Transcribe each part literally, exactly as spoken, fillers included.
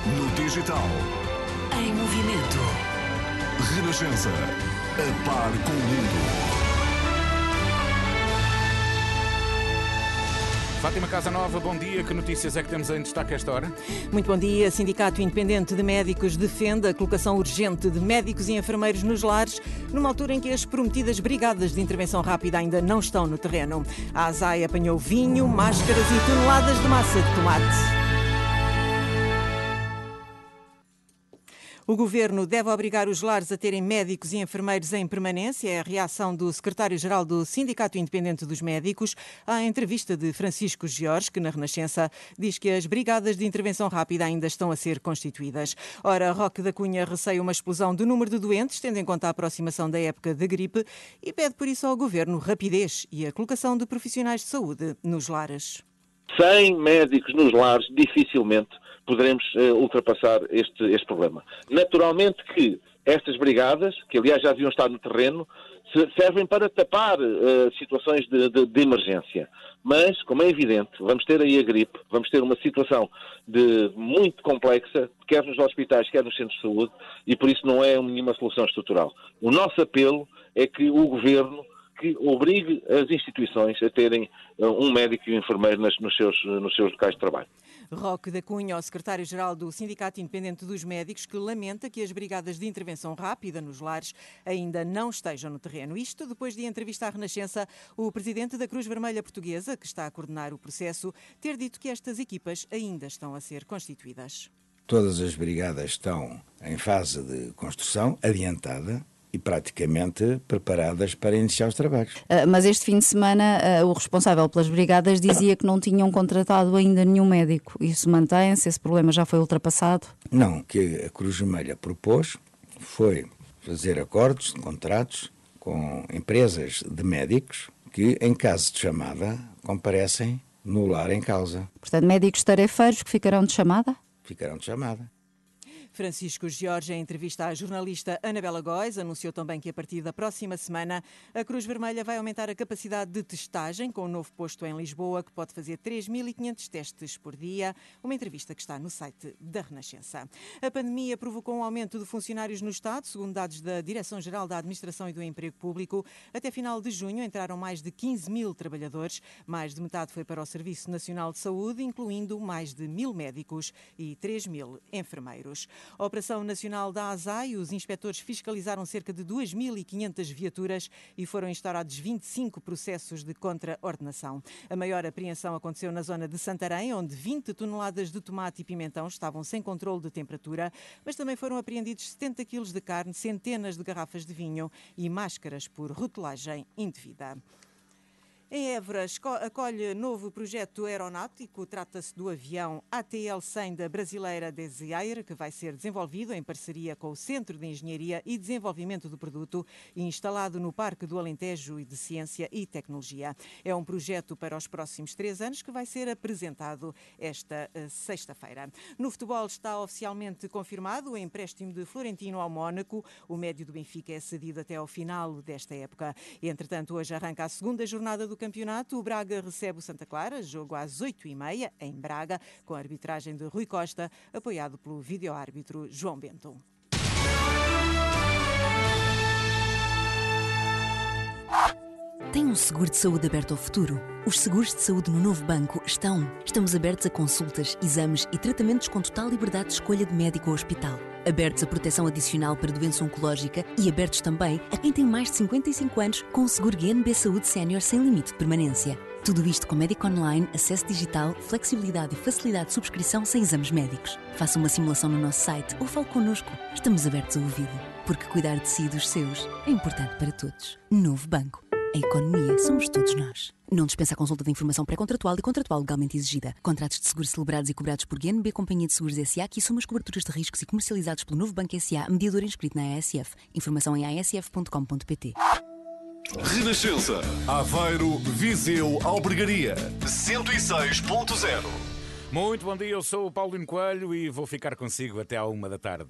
No digital. Em movimento. Renascença. A par com o mundo. Fátima Casanova, bom dia. Que notícias é que temos em destaque a esta hora? Muito bom dia. Sindicato Independente de Médicos defende a colocação urgente de médicos e enfermeiros nos lares, numa altura em que as prometidas brigadas de intervenção rápida ainda não estão no terreno. A ASAI apanhou vinho, máscaras e toneladas de massa de tomate. O Governo deve obrigar os lares a terem médicos e enfermeiros em permanência. É a reação do secretário-geral do Sindicato Independente dos Médicos à entrevista de Francisco Jorge, que na Renascença diz que as brigadas de intervenção rápida ainda estão a ser constituídas. Ora, Roque da Cunha receia uma explosão do número de doentes, tendo em conta a aproximação da época de gripe, e pede por isso ao Governo rapidez e a colocação de profissionais de saúde nos lares. Sem médicos nos lares, dificilmente poderemos uh, ultrapassar este, este problema. Naturalmente que estas brigadas, que aliás já deviam estar no terreno, servem para tapar uh, situações de, de, de emergência. Mas, como é evidente, vamos ter aí a gripe, vamos ter uma situação de, muito complexa, quer nos hospitais, quer nos centros de saúde, e por isso não é nenhuma solução estrutural. O nosso apelo é que o Governo que obrigue as instituições a terem uh, um médico e um enfermeiro nas, nos, seus, nos seus locais de trabalho. Roque da Cunha, o secretário-geral do Sindicato Independente dos Médicos, que lamenta que as brigadas de intervenção rápida nos lares ainda não estejam no terreno. Isto depois de entrevista à Renascença, o presidente da Cruz Vermelha Portuguesa, que está a coordenar o processo, ter dito que estas equipas ainda estão a ser constituídas. Todas as brigadas estão em fase de construção adiantada e praticamente preparadas para iniciar os trabalhos. Uh, mas este fim de semana uh, o responsável pelas brigadas dizia que não tinham contratado ainda nenhum médico. Isso mantém-se? Esse problema já foi ultrapassado? Não, o que a Cruz Vermelha propôs foi fazer acordos, contratos com empresas de médicos que, em caso de chamada, comparecem no lar em causa. Portanto, médicos tarefeiros que ficarão de chamada? Ficarão de chamada. Francisco Jorge, em entrevista à jornalista Anabela Góes, anunciou também que a partir da próxima semana a Cruz Vermelha vai aumentar a capacidade de testagem com um novo posto em Lisboa que pode fazer três mil e quinhentos testes por dia, uma entrevista que está no site da Renascença. A pandemia provocou um aumento de funcionários no Estado, segundo dados da Direção-Geral da Administração e do Emprego Público. Até final de junho entraram mais de quinze mil trabalhadores, mais de metade foi para o Serviço Nacional de Saúde, incluindo mais de mil médicos e três mil enfermeiros. A Operação Nacional da ASAI, os inspectores fiscalizaram cerca de duas mil e quinhentas viaturas e foram instaurados vinte e cinco processos de contraordenação. A maior apreensão aconteceu na zona de Santarém, onde vinte toneladas de tomate e pimentão estavam sem controle de temperatura, mas também foram apreendidos setenta quilos de carne, centenas de garrafas de vinho e máscaras por rotulagem indevida. Em Évora, acolhe novo projeto aeronáutico. Trata-se do avião A T L cem da brasileira Desire, que vai ser desenvolvido em parceria com o Centro de Engenharia e Desenvolvimento do Produto e instalado no Parque do Alentejo de Ciência e Tecnologia. É um projeto para os próximos três anos que vai ser apresentado esta sexta-feira. No futebol está oficialmente confirmado o empréstimo de Florentino ao Mónaco. O médio do Benfica é cedido até ao final desta época. Entretanto, hoje arranca a segunda jornada do campeonato. O Braga recebe o Santa Clara, jogo às oito e meia, em Braga, com a arbitragem de Rui Costa, apoiado pelo vídeo-árbitro João Bento. Tem um seguro de saúde aberto ao futuro? Os seguros de saúde no Novo Banco estão. Estamos abertos a consultas, exames e tratamentos com total liberdade de escolha de médico ou hospital. Abertos a proteção adicional para doença oncológica e abertos também a quem tem mais de cinquenta e cinco anos com o seguro G N B Saúde Sénior sem limite de permanência. Tudo isto com médico online, acesso digital, flexibilidade e facilidade de subscrição sem exames médicos. Faça uma simulação no nosso site ou fale connosco. Estamos abertos a ouvi-lo, porque cuidar de si e dos seus é importante para todos. Novo Banco. A economia somos todos nós. Não dispensa a consulta de informação pré-contratual e contratual legalmente exigida. Contratos de seguros celebrados e cobrados por G N B Companhia de Seguros S A que assumem as coberturas de riscos e comercializados pelo Novo Banco S A, mediador inscrito na A S F. Informação em a s f ponto com ponto p t. Renascença. Aveiro, Viseu, Albergaria. cento e seis ponto zero. Muito bom dia, eu sou o Paulino Coelho e vou ficar consigo até à uma da tarde.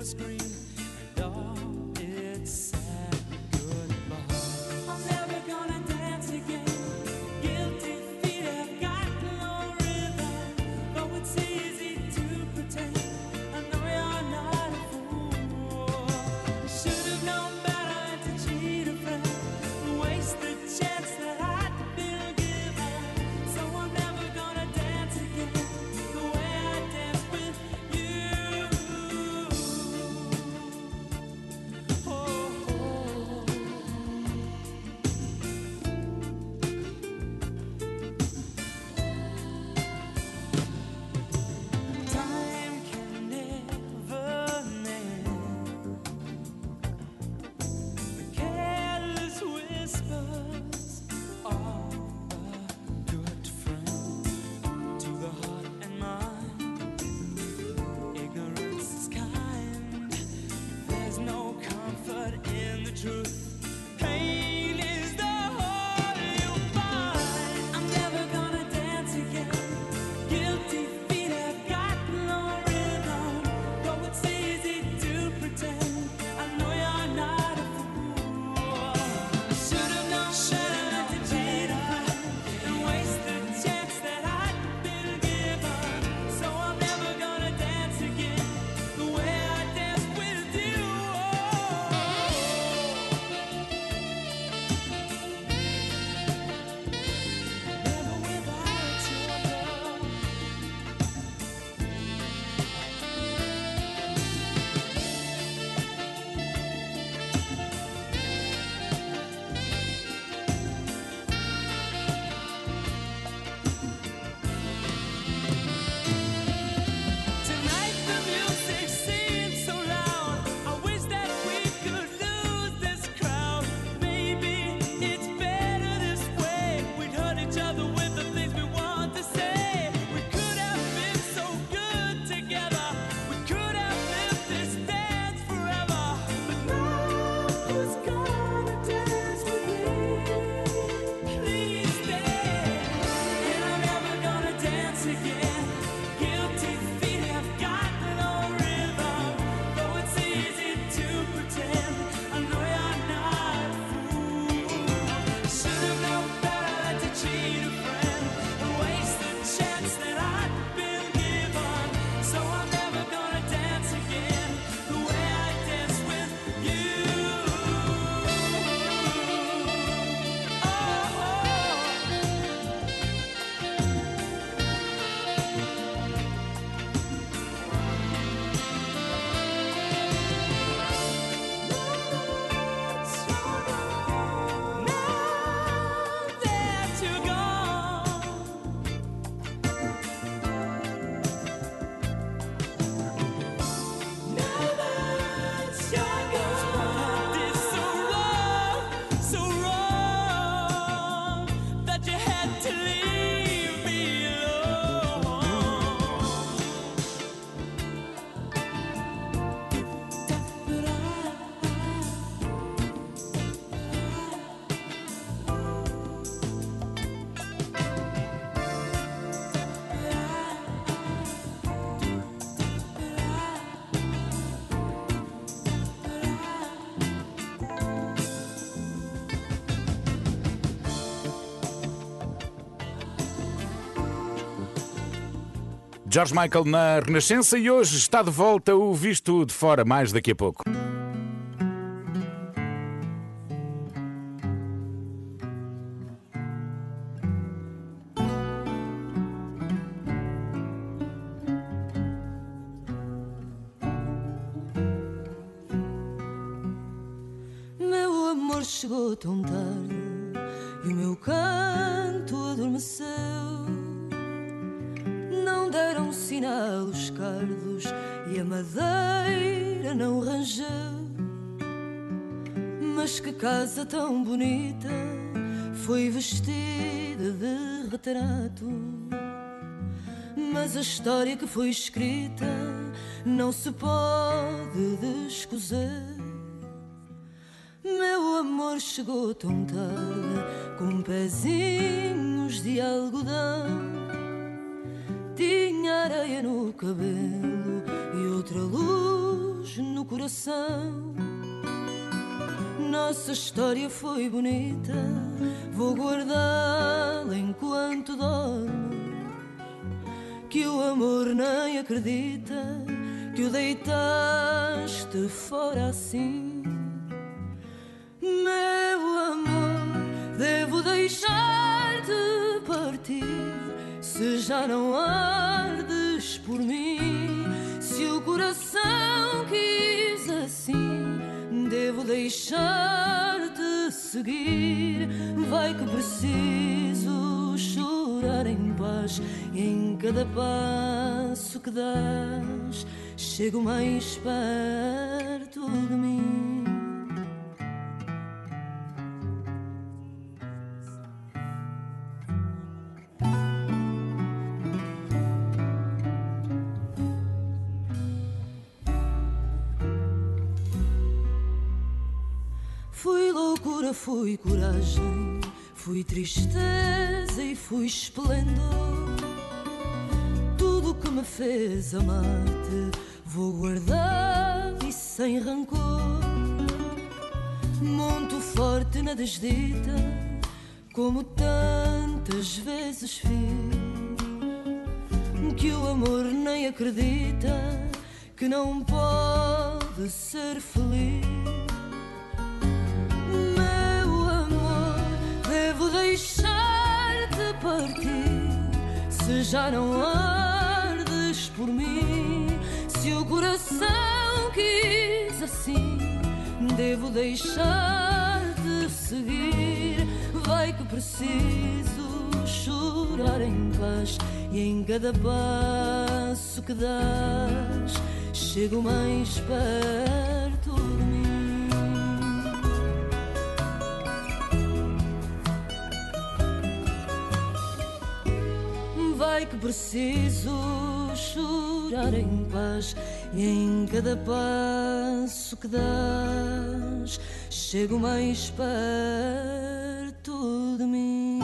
George Michael na Renascença e hoje está de volta o Visto de Fora, mais daqui a pouco. Meu amor chegou tão tarde e o meu canto adormeceu. Não deram sinal os cardos e a madeira não rangeu. Mas que casa tão bonita foi vestida de retrato. Mas a história que foi escrita não se pode descoser. Meu amor chegou tão tarde com pezinhos de algodão. Tinha areia no cabelo e outra luz luz no coração. Nossa história foi bonita, vou guardá-la enquanto dorme. Que o amor nem acredita que o deitaste fora assim. Meu amor, devo deixar-te partir se já não ardes por mim. Se o coração quis assim, devo deixar-te seguir. Vai que preciso chorar em paz, e em cada passo que dás chego mais perto de mim. Fui loucura, fui coragem, fui tristeza e fui esplendor. Tudo que me fez amar-te vou guardar e sem rancor. Monto forte na desdita, como tantas vezes fiz. Que o amor nem acredita que não pode ser feliz. Devo deixar-te partir se já não ardes por mim. Se o coração quis assim, devo deixar-te seguir. Vai que preciso chorar em paz, e em cada passo que dás chego mais perto de mim. Vai que preciso chorar em paz, e em cada passo que dás chego mais perto de mim.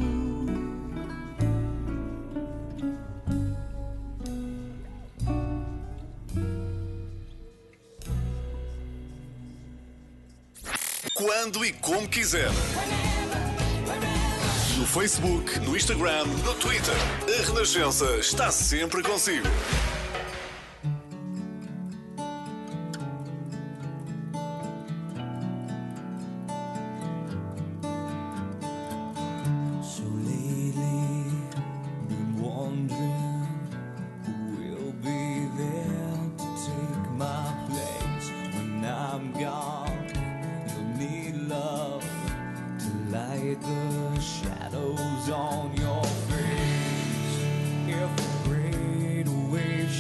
Quando e como quiser. No Facebook, no Instagram, no Twitter. A Renascença está sempre consigo. So lately, been wondering who will be there to take my place when I'm gone. You'll need love to light the shadows on your face. If a great wave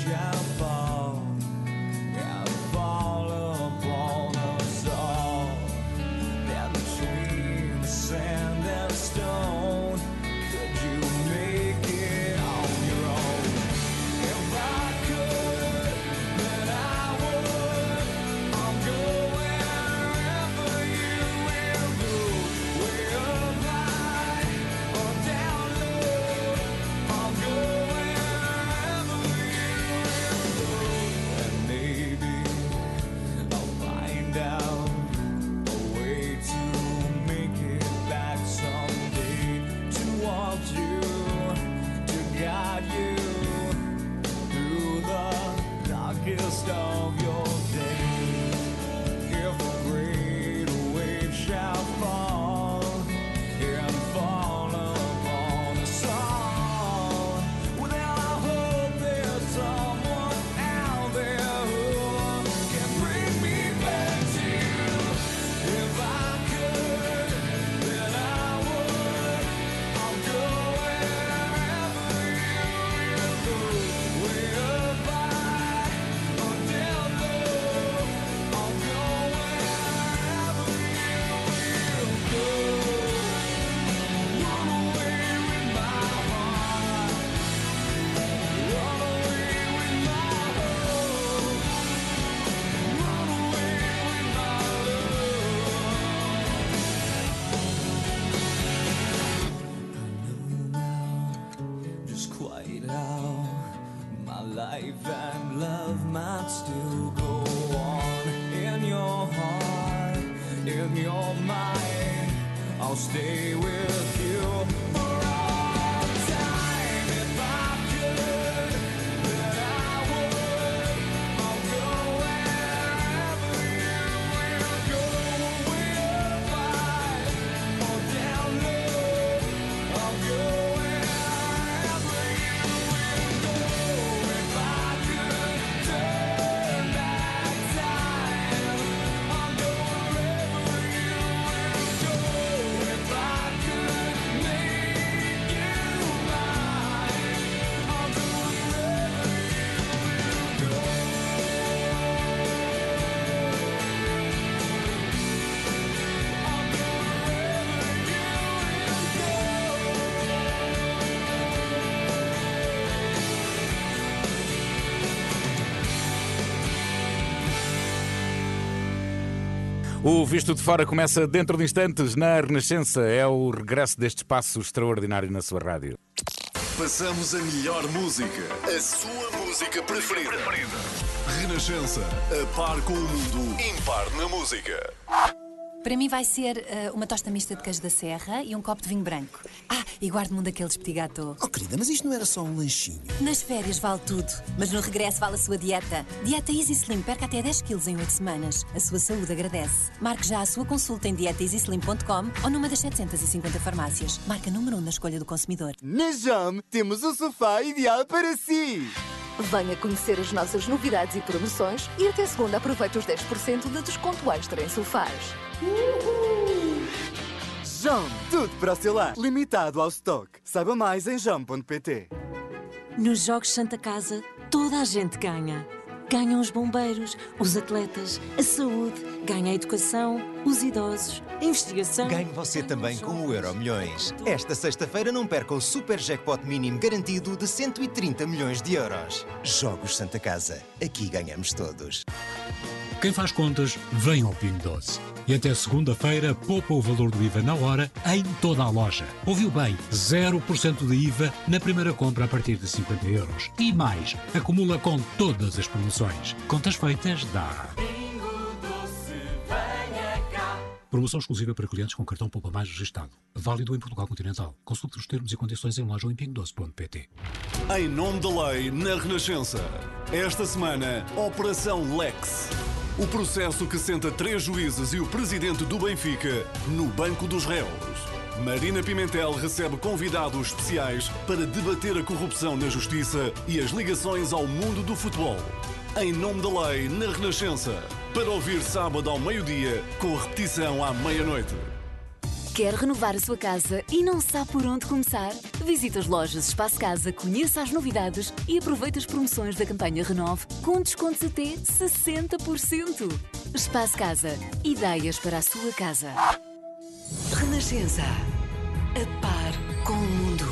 life and love might still go on. In your heart, in your mind, I'll stay with you for all time. If I could, then I would. I'll go wherever you will go. We'll fight or down low. I'll go wherever you will go. If I could turn back time, I'll go wherever you will go. If I could make you mine, I'll go wherever you will go. O Visto de Fora começa dentro de instantes na Renascença. É o regresso deste espaço extraordinário na sua rádio. Passamos a melhor música, a sua música preferida. Renascença, a par com o mundo, impar na música. Para mim vai ser uh, uma tosta mista de queijo da serra e um copo de vinho branco. Ah, e guardo-me um daqueles petit gâteau. Oh, querida, mas isto não era só um lanchinho. Nas férias vale tudo, mas no regresso vale a sua dieta. Dieta Easy Slim, perca até dez quilos em oito semanas. A sua saúde agradece. Marque já a sua consulta em dieta easy slim ponto com ou numa das setecentas e cinquenta farmácias. Marca número um na escolha do consumidor. Na Jam temos o sofá ideal para si. Venha conhecer as nossas novidades e promoções e até segunda aproveite os dez por cento de desconto extra em sofás. Jam, tudo para o seu lar. Limitado ao stock. Saiba mais em jam ponto pt. Nos Jogos Santa Casa, toda a gente ganha. Ganham os bombeiros, os atletas, a saúde, ganha a educação, os idosos, a investigação. Ganhe você também com o Euro Milhões. Esta sexta-feira não perca o super jackpot mínimo garantido de cento e trinta milhões de euros. Jogos Santa Casa. Aqui ganhamos todos. Quem faz contas, vem ao Pingo Doce. E até segunda-feira, poupa o valor do I V A na hora em toda a loja. Ouviu bem? zero por cento de I V A na primeira compra a partir de cinquenta euros. E mais, acumula com todas as promoções. Contas feitas, dá. Promoção exclusiva para clientes com cartão Poupa Mais registado. Válido em Portugal Continental. Consulte os termos e condições em loja ou em pingo doce ponto pt. Em nome da lei, na Renascença. Esta semana, Operação Lex. O processo que senta três juízes e o presidente do Benfica no banco dos réus. Marina Pimentel recebe convidados especiais para debater a corrupção na justiça e as ligações ao mundo do futebol. Em nome da lei, na Renascença. Para ouvir sábado ao meio-dia, com repetição à meia-noite. Quer renovar a sua casa e não sabe por onde começar? Visite as lojas Espaço Casa, conheça as novidades e aproveite as promoções da campanha Renove com descontos até sessenta por cento. Espaço Casa. Ideias para a sua casa. Renascença. A par com o mundo.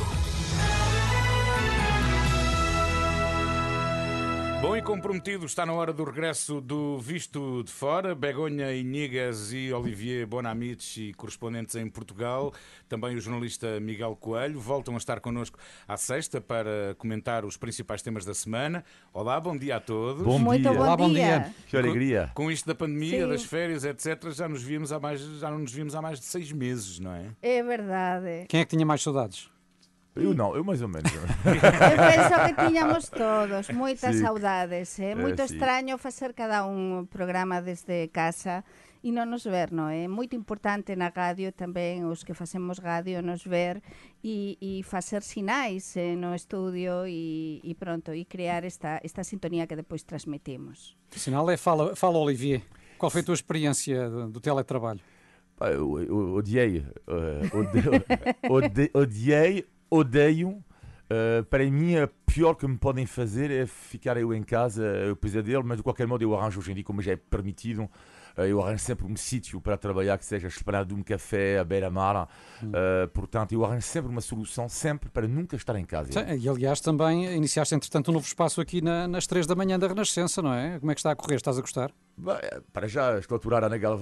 Bom e comprometido, está na hora do regresso do Visto de Fora. Begonha Inigas e Olivier Bonamici, correspondentes em Portugal. Também o jornalista Miguel Coelho voltam a estar connosco à sexta para comentar os principais temas da semana. Olá, bom dia a todos. Bom Muito dia. bom Olá, bom dia. dia. Que alegria. Com, com isto da pandemia, Sim. das férias, etcétera, já nos víamos há mais, já não nos víamos há mais de seis meses, não é? É verdade. Quem é que tinha mais saudades? Eu não, eu mais ou menos. Eu penso que tiñamos todos moitas Sí. saudades. É moito Eh, sí. extraño facer cada un programa desde casa e non nos ver, non é? Moito importante na radio tamén os que facemos radio nos ver e, e facer sinais eh, no estudio e, e pronto, e crear esta, esta sintonía que depois transmitimos. O sinal é fala, fala Olivier. Qual foi a tua experiência do, do teletrabalho? Pá, eu, eu odiei, uh, ode- ode- odiei, odeio. Uh, para mim, a pior que me podem fazer é ficar eu em casa, é o pesadelo, mas de qualquer modo eu arranjo hoje em dia, como já é permitido, uh, eu arranjo sempre um sítio para trabalhar que seja esplanado de um café à beira-mar. Uh, portanto, eu arranjo sempre uma solução, sempre para nunca estar em casa. Sim, e aliás também iniciaste entretanto um novo espaço aqui na, nas três da manhã da Renascença, não é? Como é que está a correr? Estás a gostar? Bah, para já estou a aturar a Ana Galvão.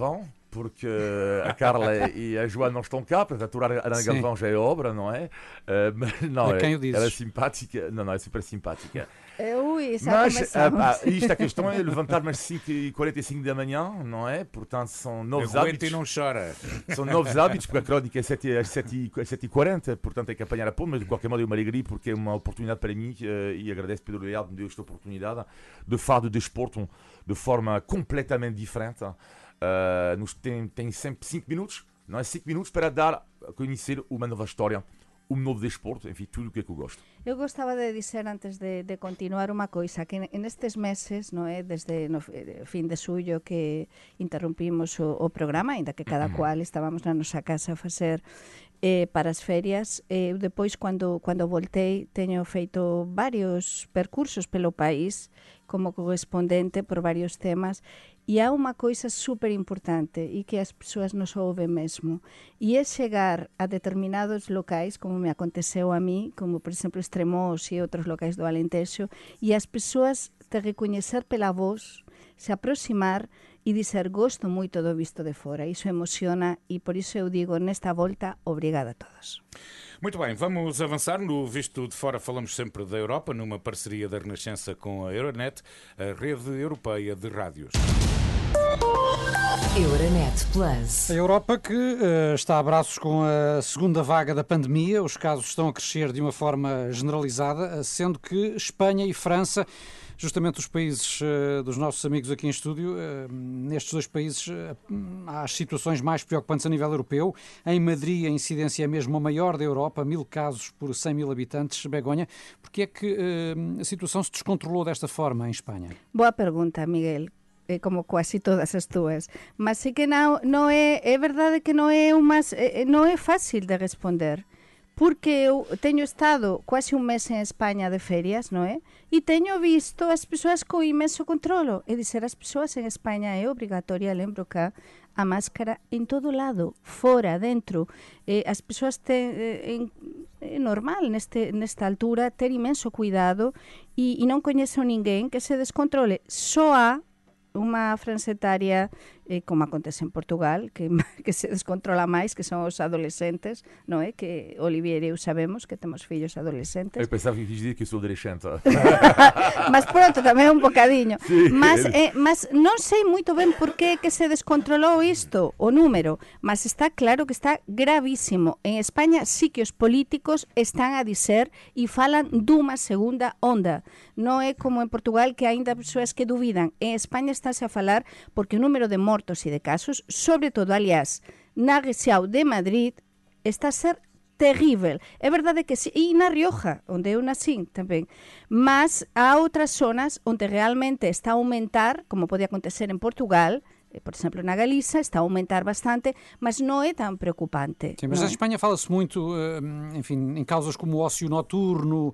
porque a Carla e a Joana não estão cá, portanto, aturar a Ana Galvão já é obra, não é? Uh, mas não, é quem é, o dizes? ela é simpática, não, não, é super simpática. Ui, mas ah, ah, isto a questão é levantar-me às cinco e quarenta e cinco da manhã, não é? Portanto, são novos Aguenta hábitos. E não chora. São novos hábitos, porque a crónica é às sete e quarenta, portanto tem que apanhar a ponta, mas de qualquer modo é uma alegria, porque é uma oportunidade para mim, uh, e agradeço Pedro Leal de me dar esta oportunidade de falar de desporto de forma completamente diferente. Uh, nos tem, tem sempre cinco minutos, não é? cinco minutos para dar a conhecer uma nova história, um novo desporto, enfim, tudo o que é que eu gosto. Eu gostava de dizer, antes de, de continuar, uma coisa, que nestes meses, não é, desde no fin de xullo que interrompimos o, o programa, ainda que cada cual estábamos na nosa casa a facer eh, para as ferias, eh, depois, quando, quando voltei, teño feito varios percursos pelo país como correspondente por varios temas. E há unha coisa super importante e que as persoas non ouvem mesmo, e é chegar a determinados locais, como me aconteceu a mí, como por exemplo Estremoz e outros locais do Alentexo, e as persoas te recoñecer pela voz, se aproximar e dizer gosto moito do visto de fora. Iso emociona e por iso eu digo nesta volta, obrigada a todos. Muito bem, vamos avançar. No Visto de Fora falamos sempre da Europa, numa parceria da Renascença com a Euronet, a rede europeia de rádios. Euronet Plus. A Europa que uh, está a braços com a segunda vaga da pandemia. Os casos estão a crescer de uma forma generalizada, sendo que Espanha e França, justamente os países uh, dos nossos amigos aqui em estúdio, uh, nestes dois países uh, há as situações mais preocupantes a nível europeu. Em Madrid a incidência é mesmo a maior da Europa, mil casos por cem mil habitantes. Begonha, porque é que uh, a situação se descontrolou desta forma em Espanha? Boa pergunta, Miguel. Como quase todas as túas, mas sí que non, non é, é verdade que non é, umas, non é fácil de responder, porque eu teño estado quase un mes en España de ferias, non é? E teño visto as persoas con inmenso controlo, é dizer, as persoas en España é obrigatoria, lembro que a máscara en todo lado, fora, dentro, eh, as persoas ten, eh, en, é normal neste, nesta altura ter imenso cuidado e, e non coñezo ninguén que se descontrole. Só há unha franxa etaria, eh, como acontece en Portugal, que, que se descontrola máis, que son os adolescentes, non é? Que Olivier e eu sabemos que temos fillos adolescentes. Eu pensava que dizia que eu sou adolescente. Mas pronto, tamén un bocadiño. Sí. Mas, eh, mas non sei moito ben por que que se descontrolou isto, o número, mas está claro que está gravísimo. En España sí que os políticos están a dizer e falan dunha segunda onda. Non é como en Portugal, que aínda persoas que dubidan. En España estáse a falar porque o número de mortos e de casos, sobre todo, aliás, na rexião de Madrid, está a ser terrível. É verdade que sí, e na Rioja, onde eu nací tamén, mas há outras zonas onde realmente está a aumentar, como pode acontecer en Portugal, por exemplo, na Galiza, está a aumentar bastante, mas não é tão preocupante. Sim, mas na é? Espanha fala-se muito, enfim, em causas como o ócio noturno,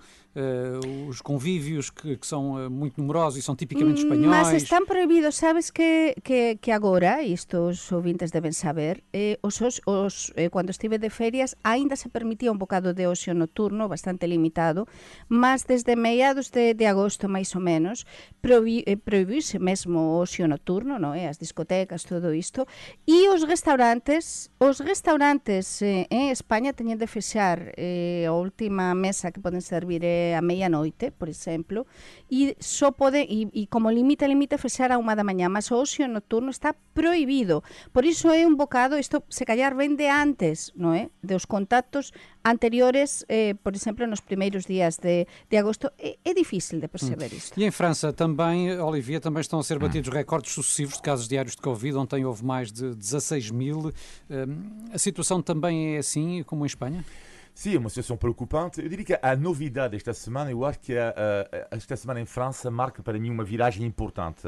uh, os convívios que, que são muito numerosos e são tipicamente espanhóis. Mas estão proibidos, sabes que, que, que agora, isto os ouvintes devem saber, eh, os, os, eh, quando estive de férias, ainda se permitía un bocado de ócio noturno, bastante limitado, mas desde meados de, de agosto, máis ou menos, proibi, eh, proibiuse mesmo o ócio noturno, non é? As discotecas, todo isto, e os restaurantes, os restaurantes eh, en España teñen de fechar eh, a última mesa que poden servir é a meia-noite, por exemplo, e só pode, e, e como limita, limita fechar a unha da mañá, mas o ocio nocturno está prohibido. Por iso é un bocado, isto se callar ven de antes, non é? Dos contactos anteriores, eh, por exemplo, nos primeiros días de, de agosto, é, é difícil de perceber hum. isto. E em França também, Olivier, também estão a ser batidos hum. recordes sucessivos de casos diários de Covid, ontem houve mais de dezasseis mil. Um, a situação também é assim como em Espanha? Sim, é uma situação preocupante. Eu diria que a novidade esta semana, eu acho que a, a, esta semana em França marca para mim uma viragem importante,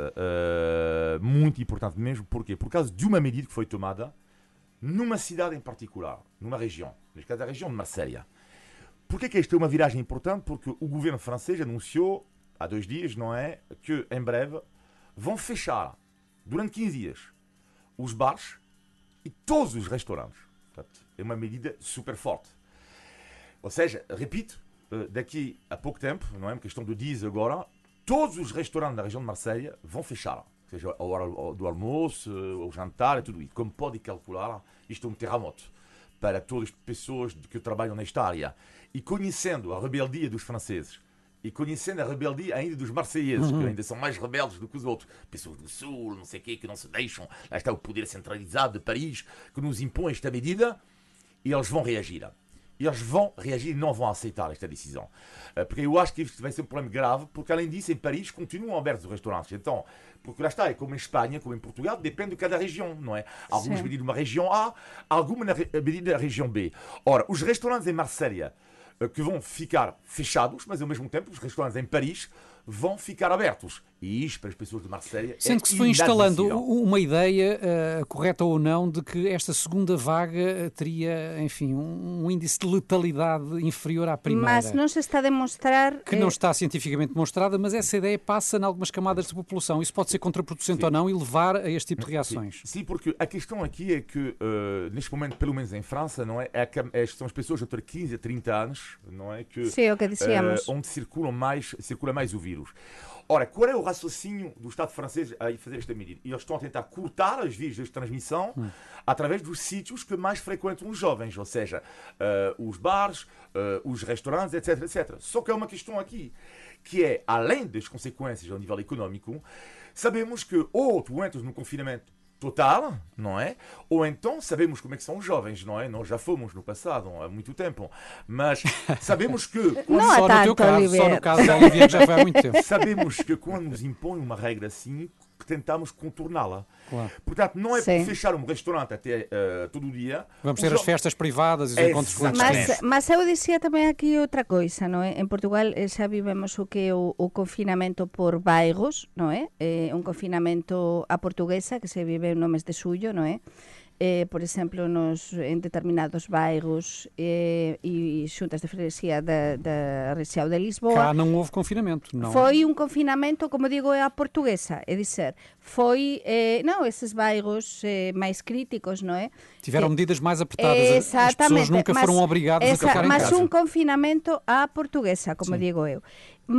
uh, muito importante mesmo. Porquê? Por causa de uma medida que foi tomada numa cidade em particular, numa região, neste caso a região de Marselha. Porquê que esta é uma viragem importante? Porque o governo francês anunciou há dois dias, não é, que em breve vão fechar durante quinze dias os bares e todos os restaurantes. Portanto, é uma medida super forte. Ou seja, repito, daqui a pouco tempo, não é uma questão de dias agora, todos os restaurantes da região de Marselha vão fechar. seja a hora do almoço, o jantar e tudo isso. Como pode calcular, isto é um terremoto para todas as pessoas que trabalham nesta área. E conhecendo a rebeldia dos franceses, e conhecendo a rebeldia ainda dos marseilleses, uhum. que ainda são mais rebeldes do que os outros, pessoas do Sul, não sei o quê, que não se deixam, lá está o poder centralizado de Paris, que nos impõe esta medida, e eles vão reagir. E eles vão reagir e não vão aceitar esta decisão. Porque eu acho que isto vai ser um problema grave, porque além disso, em Paris, continuam abertos os restaurantes. Então, porque lá está, é como em Espanha, como em Portugal, depende de cada região, não é? Algumas medidas numa região A, algumas medidas na região B. Ora, os restaurantes em Marselha, que vão ficar fechados, mas ao mesmo tempo os restaurantes em Paris vão ficar abertos. E isto para as pessoas de Marselha Sendo é que se foi instalando uma ideia, uh, correta ou não, de que esta segunda vaga teria, enfim, um, um índice de letalidade inferior à primeira. Mas não se está a demonstrar... Que não está cientificamente demonstrada, mas essa ideia passa em algumas camadas de população. Isso pode ser contraproducente Sim. ou não e levar a este tipo de reações. Sim, Sim porque a questão aqui é que, uh, neste momento, pelo menos em França, não é, é, é são as pessoas entre quinze a trinta anos, não é? Que, Sim, é o que dizíamos. Uh, onde circulam mais, circula mais o vírus. Ora, qual é o raciocínio do Estado francês a fazer esta medida? Eles estão a tentar cortar as vias de transmissão hum. através dos sítios que mais frequentam os jovens, ou seja, uh, os bares, uh, os restaurantes, etc, etcétera. Só que há uma questão aqui, que é, além das consequências ao nível económico, sabemos que ou tu entras no confinamento total, não é? Ou então sabemos como é que são os jovens, não é? Nós já fomos no passado, há muito tempo, mas sabemos que... Não há só, tanto, no teu caso, Olivier. só no caso da Olivier, que já foi há muito tempo. Sabemos que quando nos impõe uma regra assim, tentamos contorná-la. Claro. Portanto, não é Sim. por fechar um restaurante até uh, todo o dia. Vamos ter os as festas privadas e os É, encontros exatamente. clandestinos. Mas, mas eu dicía tamén aquí outra coisa, non é? En Portugal eh, xa vivemos o que é o, o confinamento por bairros, non é? Eh, un confinamento a portuguesa que se vive no mes de xullo, non é? Eh, por exemplo, nos, en determinados bairros eh, e xuntas de freguesía da, da rexião de Lisboa. Cá não houve confinamento, não. Foi un confinamento, como digo, é a portuguesa, é dizer, foi, eh, não, esses bairros eh, máis críticos, non é? Tiveram que, medidas mais apertadas, as pessoas nunca mas, foram obrigadas esa, a ficar em mas casa. Mas un confinamento á portuguesa, como Sim. digo eu.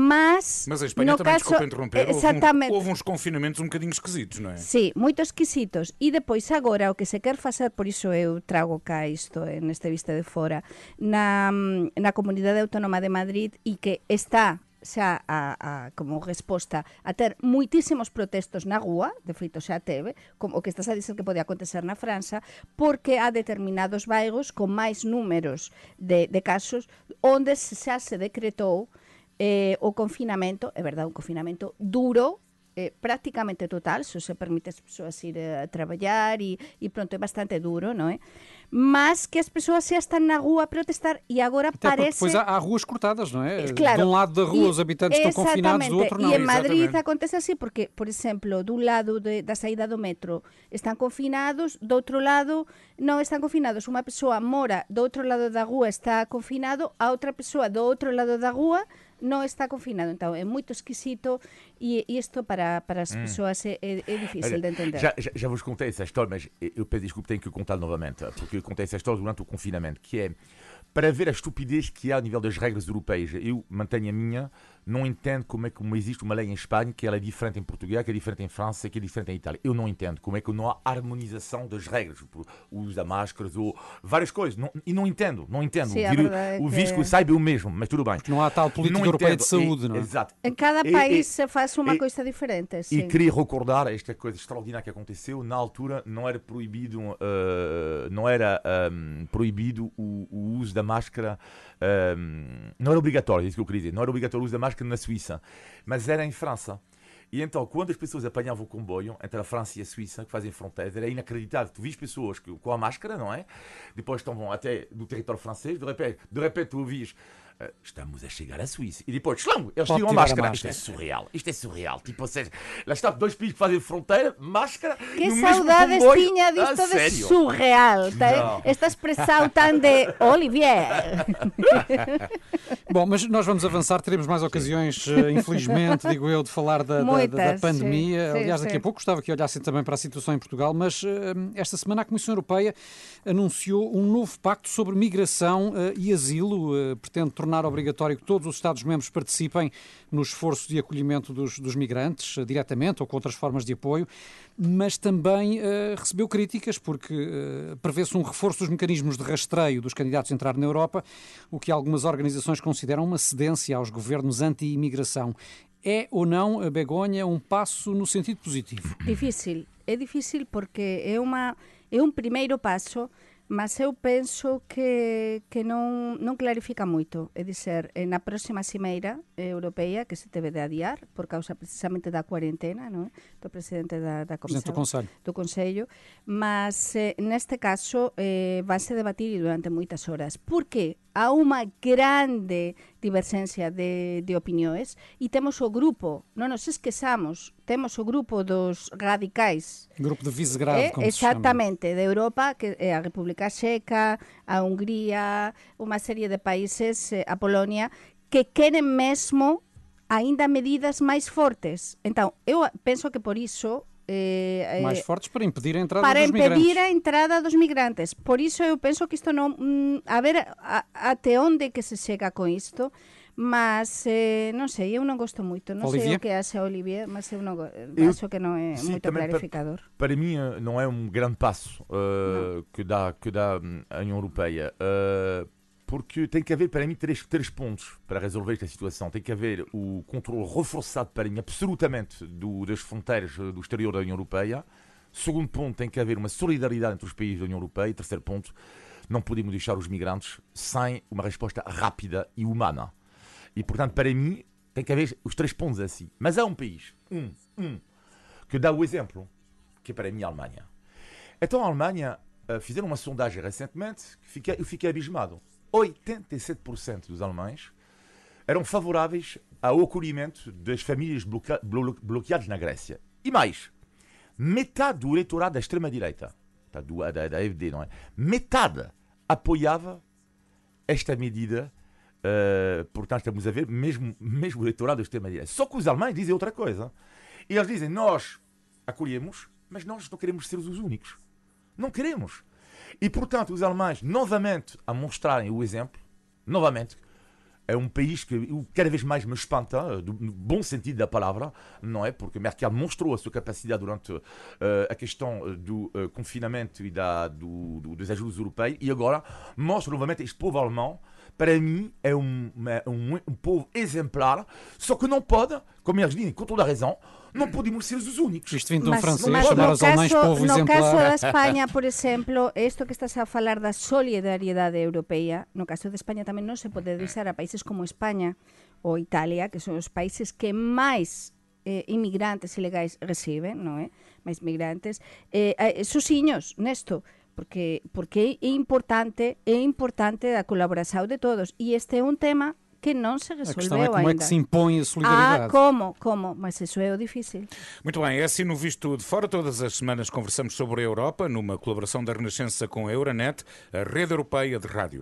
Mas, mas a Espanha no também, caso, desculpa interromper, exatamente. Houve, uns, houve uns confinamentos um bocadinho esquisitos, não é? Sí, muito esquisitos. E depois agora o que se quer facer, por iso eu trago cá isto neste Vista de Fora, na, na Comunidade Autónoma de Madrid e que está xa a, a, como resposta a ter muitísimos protestos na rúa, de feito xa teve, como o que estás a dizer que pode acontecer na França, porque há determinados bairros con máis números de, de casos onde xa se decretou eh, o confinamento, é verdade, un confinamento duro, eh, prácticamente total, se se permite as persoas ir a traballar e, e pronto, é bastante duro, non é? Mas que as persoas xa están na rúa a protestar e agora Até parece... Depois há, há ruas cortadas, não é? Claro. De um lado da rua E, os habitantes estão confinados, do outro não. E em Madrid Exatamente. acontece así porque, por exemplo, dun lado de, da saída do metro están confinados, do outro lado non están confinados. Unha persoa mora do outro lado da rúa está confinado, a outra persoa do outro lado da rúa non está confinado. Então é moito esquisito e isto para, para as persoas é, é, é difícil Olha, de entender. Já, já, já vos contei essa história, mas eu peço desculpa, tenho que contar novamente, porque eu contei essa história durante o confinamento, que é para ver a estupidez que há ao nível das regras europeias. Eu mantenho a minha, não entendo como é que existe uma lei em Espanha que ela é diferente em Portugal, que é diferente em França, que é diferente em Itália. Eu não entendo como é que não há harmonização das regras, o uso da máscara ou várias coisas. Não, e não entendo, não entendo. Sim, o vírus, é o vírus que saiba o mesmo, mas tudo bem. Não há tal política não europeia entendo. de saúde, e, não é? Exato. Em cada E- país e- se faz uma e- coisa diferente. E Sim. queria recordar esta coisa extraordinária que aconteceu. Na altura não era proibido, uh, não era um, proibido o, o uso da máscara, um, não era obrigatório, é isso que eu queria dizer, não era obrigatório o uso da máscara na Suíça, mas era em França. E então, quando as pessoas apanhavam o comboio entre a França e a Suíça, que fazem fronteiras, era inacreditável. Tu vês pessoas que, com a máscara, não é? Depois estão até no território francês, de repente, de repente tu ouvis, uh, estamos a chegar à Suíça. E depois, slam, eles Pode tiram a tirar a máscara. máscara. Isto é surreal, isto é surreal. Tipo, ou seja, lá está dois países que fazem fronteira, máscara, Que no mesmo saudades comboio. tiña Ah, disto de sério? surreal, tá? Não. Esta expressão tan de Olivier. Bom, mas nós vamos avançar, teremos mais ocasiões, eh, infelizmente, digo eu, de falar da, da- da, Muitas, pandemia. sim, sim, Aliás, daqui sim. a pouco gostava que olhassem também para a situação em Portugal, mas eh, esta semana a Comissão Europeia anunciou um novo pacto sobre migração eh, e asilo. Eh, pretende tornar obrigatório que todos os Estados-membros participem no esforço de acolhimento dos, dos migrantes, diretamente ou com outras formas de apoio, mas também uh, recebeu críticas porque uh, prevê-se um reforço dos mecanismos de rastreio dos candidatos a entrar na Europa, o que algumas organizações consideram uma cedência aos governos anti-imigração. É ou não, Begonha, um passo no sentido positivo? Difícil. É difícil porque é, uma, é um primeiro passo, mas eu penso que, que non, non clarifica moito. É dizer, na próxima cimeira europeia, que se debe de adiar por causa precisamente da cuarentena, non? Do presidente da, da Comisión, do Consello, do Consello, mas eh, neste caso eh, vai-se debatir durante moitas horas. Por que? Há unha grande divergencia de, de opiniões e temos o grupo, non nos esquezamos, temos o grupo dos radicais. Grupo de Visegrado, eh, como exactamente, se chama. de Europa, que é a República Checa, a Hungría, unha serie de países, eh, a Polonia, que queren mesmo aínda medidas máis fortes. Entón, eu penso que por iso Eh, mais fortes para impedir a entrada para dos migrantes. Para impedir a entrada dos migrantes. Por iso eu penso que isto non... Mm, a ver a, até onde que se chega con isto, mas eh, non sei, eu non gosto moito. Non sei o que hace a Olivier, mas eu non eu, acho que non é sim, moito clarificador. Para, para mim não é um grande passo uh, que dá, que dá a União Europeia. Uh, Porque tem que haver, para mim, três, três pontos para resolver esta situação. Tem que haver o controle reforçado, para mim, absolutamente, do, das fronteiras do exterior da União Europeia. Segundo ponto, tem que haver uma solidariedade entre os países da União Europeia. E terceiro ponto, não podemos deixar os migrantes sem uma resposta rápida e humana. E, portanto, para mim, tem que haver os três pontos assim. Mas há um país, um, um, que dá o exemplo, que é para mim a Alemanha. Então, a Alemanha uh, fizeram uma sondagem recentemente que fiquei, eu fiquei abismado. oitenta e sete por cento dos alemães eram favoráveis ao acolhimento das famílias bloquea- blo- bloqueadas na Grécia. E mais, metade do eleitorado da extrema-direita, da, da, da A F D, não é? Metade apoiava esta medida. Uh, portanto, estamos a ver mesmo, mesmo o eleitorado da extrema-direita. Só que os alemães dizem outra coisa. E eles dizem, nós acolhemos, mas nós não queremos ser os únicos. Não queremos. E, portanto, os alemães, novamente, a mostrarem o exemplo, novamente, é um país que cada vez mais me espanta, no bom sentido da palavra, não é? Porque Merkel mostrou a sua capacidade durante uh, a questão do uh, confinamento e da, do, do, dos ajudos europeus, e agora mostra novamente este povo alemão. Para mim, é um, um, um povo exemplar, só que não pode, como eles dizem, com toda a razão, não podemos ser os únicos. Isto vindo de um mas, francês, mas chamar os alemães povo no exemplar. No caso da Espanha, por exemplo, isto que estás a falar da solidariedade europeia, no caso de Espanha tamén non se pode deixar a países como España ou Italia, que son os países que máis eh, inmigrantes ilegais reciben, non é? Mais migrantes, eh, eh, susiños nesto, porque porque é importante, é importante a colaboración de todos, e este é un tema que non se resolveu ainda. A questão é como ainda. É que se impõe a solidariedade. Ah, como, como, mas isso é o difícil. Muito bem, é assim no Visto de Fora. Todas as semanas conversamos sobre a Europa, numa colaboração da Renascença com a Euronet, a rede europeia de rádios.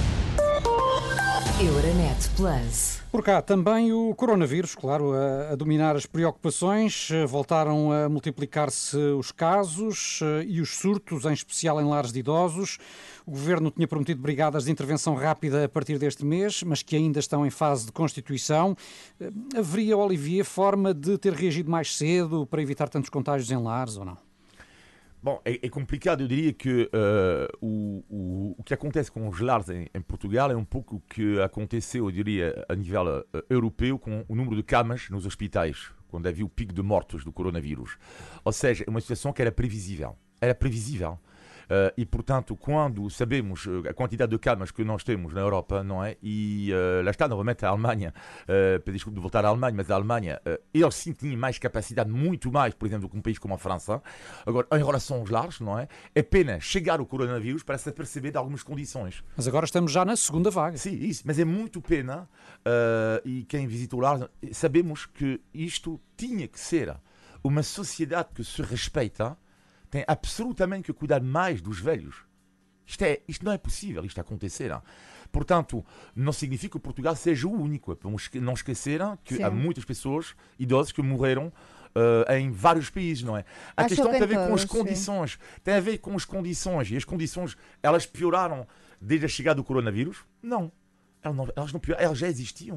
Euronet Plus. Por cá também o coronavírus, claro, a, a dominar as preocupações. Voltaram a multiplicar-se os casos e os surtos, em especial em lares de idosos. O Governo tinha prometido brigadas de intervenção rápida a partir deste mês, mas que ainda estão em fase de constituição. Haveria, Olivier, forma de ter reagido mais cedo para evitar tantos contágios em lares ou não? Bom, é, é complicado. Eu diria que uh, o, o, o que acontece com os lares em, em Portugal é um pouco o que aconteceu, eu diria, a nível uh, europeu com o número de camas nos hospitais, quando havia o pico de mortos do coronavírus. Ou seja, é uma situação que era previsível. Era previsível. Uh, e, portanto, quando sabemos a quantidade de camas que nós temos na Europa, não é? E uh, lá está, novamente, a Alemanha, uh, peço desculpa de voltar à Alemanha, mas a Alemanha, uh, eles sim tinham mais capacidade, muito mais, por exemplo, do que um país como a França. Agora, em relação aos lares, não é? É pena chegar o coronavírus para se aperceber de algumas condições. Mas agora estamos já na segunda vaga. Sim, isso, mas é muito pena, uh, e quem visita o lar, sabemos que isto tinha que ser uma sociedade que se respeita, tem absolutamente que cuidar mais dos velhos. Isto, é, isto não é possível, isto acontecer. Portanto, não significa que Portugal seja o único. Vamos não esquecer que Sim. há muitas pessoas idosas que morreram uh, em vários países, não é? A Acho questão que tem a ver todos, com as condições. Sim. Tem a ver com as condições. E as condições, elas pioraram desde a chegada do coronavírus? Não. Elas, não, elas, não pioraram, elas já existiam.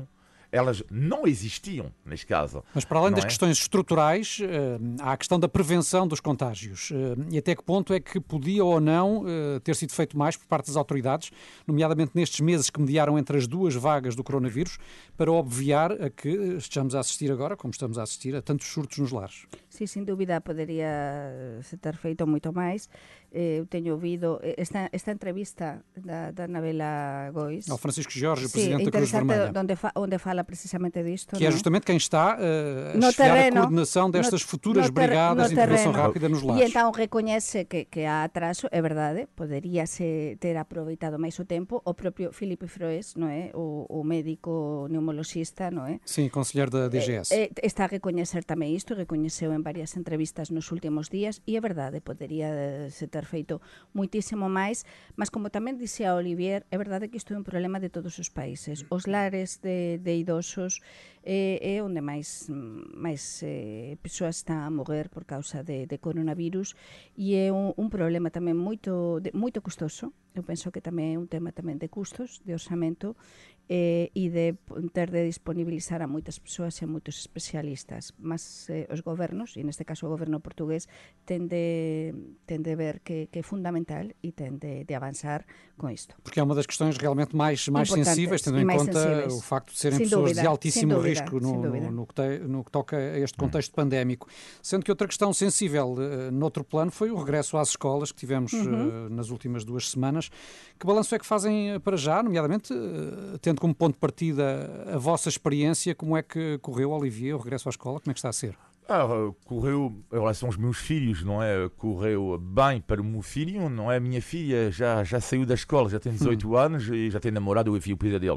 elas não existiam neste caso. Mas para além das é? questões estruturais, há a questão da prevenção dos contágios. E até que ponto é que podia ou não ter sido feito mais por parte das autoridades, nomeadamente nestes meses que mediaram entre as duas vagas do coronavírus, para obviar a que estamos a assistir agora, como estamos a assistir, a tantos surtos nos lares? Sí, sin dúbida podería se ter feito moito máis. Eu teño ouvido esta, esta entrevista da, da Anabela Góis. Ao Francisco Jorge, sí, presidente da Cruz Vermelha. Onde, fa, onde fala precisamente disto. Que é justamente quem está uh, a chefiar terreno, a coordenação destas no, futuras no ter, brigadas de intervenção rápida nos lares. E então recoñece que, que há atraso, é verdade, poderíase ter aproveitado máis o tempo. O propio Filipe Froes, non é? O, o médico neumologista, non é? Sim, conselheiro da D G S. Eh, eh, está a recoñecer tamén isto, recoñeceu en varias entrevistas nos últimos días, e é verdade, podería se ter feito muitísimo máis, mas como tamén dixía Olivier, é verdade que isto é un problema de todos os países. Os lares de, de idosos é, é onde máis, máis eh, persoas están a morrer por causa de, de coronavirus, e é un, un problema tamén moito, de, moito custoso. Eu penso que tamén é un tema tamén de custos, de orçamento, eh, e de ter de disponibilizar a moitas persoas e a moitos especialistas. Mas eh, os gobernos, e neste caso o goberno portugués, ten de, ten de ver que, que é fundamental e ten de, de avanzar con isto. Porque é uma das questões realmente mais, mais sensíveis, tendo em conta sensíveis. O facto de serem sem pessoas dúvida, de altíssimo dúvida, risco no, no, no, que te, no que toca a este contexto pandémico. Sendo que outra questão sensível uh, noutro plano foi o regresso às escolas que tivemos uhum. uh, nas últimas duas semanas. Que balanço é que fazem para já, nomeadamente, uh, tendo como ponto de partida a vossa experiência, como é que correu, Olivier, o regresso à escola? Como é que está a ser? Ah, correu em relação aos meus filhos, não é? Correu bem para o meu filho, não é? Minha filha já, já saiu da escola, já tem dezoito hum. anos e já tem namorado, eu fui o pesadelo.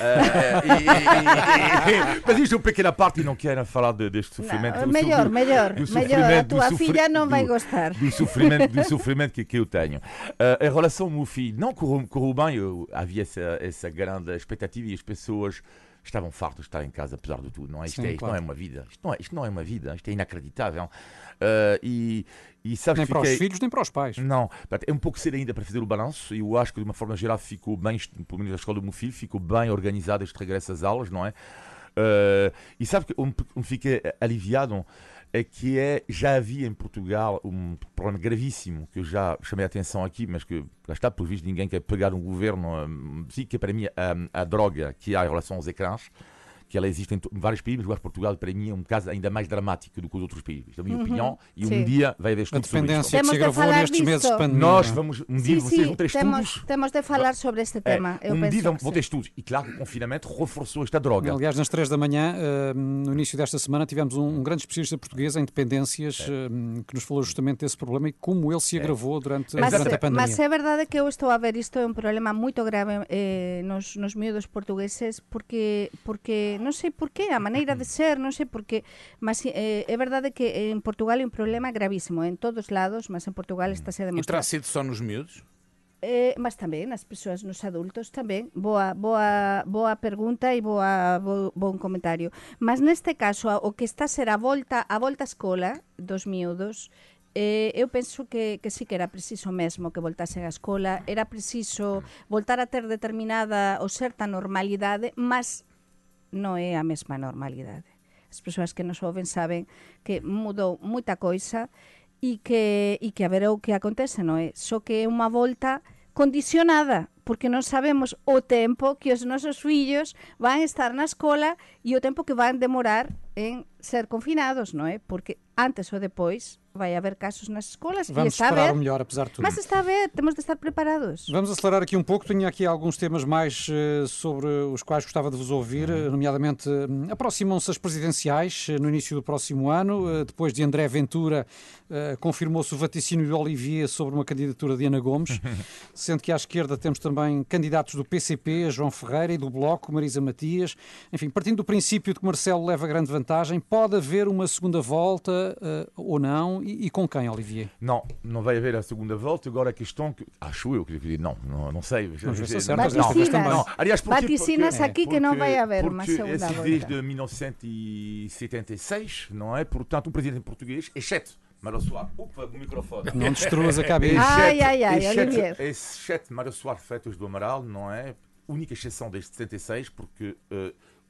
Uh, e, e, e, mas isto é uma pequena parte e não quero falar de, deste sofrimento. Não, melhor, do, melhor, do melhor. A tua filha não vai do, gostar. Do sofrimento, do sofrimento que, que eu tenho. Uh, em relação ao meu filho, não correu, correu bem, eu, havia essa, essa grande expectativa e as pessoas estavam fartos de estar em casa, apesar de tudo. Não é? Isto, Sim, é, isto claro. não é uma vida. Isto não é, isto não é uma vida. Isto é inacreditável. Uh, e, e sabes, nem fiquei... para os filhos, nem para os pais. Não. É um pouco cedo ainda para fazer o balanço. Eu acho que, de uma forma geral, ficou bem, pelo menos a escola do meu filho, ficou bem organizada este regresso às aulas, não é? Uh, e sabe que onde, onde fiquei aliviado é que é, já havia em Portugal um problema gravíssimo, que eu já chamei a atenção aqui, mas que lá está, por visto, ninguém quer pegar um governo, um, que é para mim a, a droga que há em relação aos ecrãs, que ela existe em, em vários países, mas Portugal para mim é um caso ainda mais dramático do que os outros países. Isto é a minha uhum, opinião e sim. um dia vai haver estudos sobre isso. A dependência que se agravou nestes disso. meses de pandemia. Nós vamos, um dia sim, vocês sim, vão ter temos, estudos. Temos de falar sobre este tema. É, eu um penso dia vão, vão ter estudos. E claro que o confinamento reforçou esta droga. Aliás, nas três da manhã, uh, no início desta semana, tivemos um, um grande especialista português em dependências é. uh, que nos falou justamente desse problema e como ele se agravou é. durante, mas, durante a pandemia. Mas é verdade que eu estou a ver isto é um problema muito grave eh, nos, nos miúdos portugueses porque, porque non sei porquê, a maneira de ser, non sei porquê, mas eh, é verdade que en Portugal é un problema gravísimo en todos lados, mas en Portugal está se a E terá demostrar. sido só nos miúdos? Eh, mas tamén nas persoas, nos adultos tamén. Boa, boa, boa pergunta e boa, bo, bon comentario. Mas neste caso, o que está a ser a volta, a volta á escola dos miúdos, eh, eu penso que, que sí que era preciso mesmo que voltasen á escola, era preciso voltar a ter determinada ou certa normalidade, mas non é a mesma normalidade. As persoas que nos ouvem saben que mudou moita coisa e que, e que a ver o que acontece, non é? Só que é unha volta condicionada, porque non sabemos o tempo que os nosos fillos van estar na escola e o tempo que van demorar en ser confinados, non é? Porque antes ou depois vai haver casos nas escolas. Vamos e está esperar a ver, o melhor, apesar de tudo. Mas está a ver, temos de estar preparados. Vamos acelerar aqui um pouco. Tenho aqui alguns temas mais uh, sobre os quais gostava de vos ouvir, uh, nomeadamente uh, aproximam-se as presidenciais uh, no início do próximo ano. Uh, depois de André Ventura, uh, confirmou-se o vaticínio de Olivier sobre uma candidatura de Ana Gomes, sendo que à esquerda temos também candidatos do P C P, João Ferreira, e do Bloco, Marisa Matias. Enfim, partindo do princípio de que Marcelo leva grande vantagem, pode haver uma segunda volta uh, ou não? E, e com quem, Olivier? Não, não vai haver a segunda volta. Agora a questão que acho eu que dizer, não, não, não sei. Vamos ver se não, não, não. Aliás, porque, vaticinas porque, aqui porque, que não vai haver uma segunda é volta. Desde mil novecentos e setenta e seis, não é? Portanto, um presidente português, exceto Mário Soares, opa, o microfone. Não destruas a cabeça. Ai, ai, ai, Olivier. Exceto Mário Soares Freitas do Amaral, não é? Única exceção desde setenta e seis, porque uh,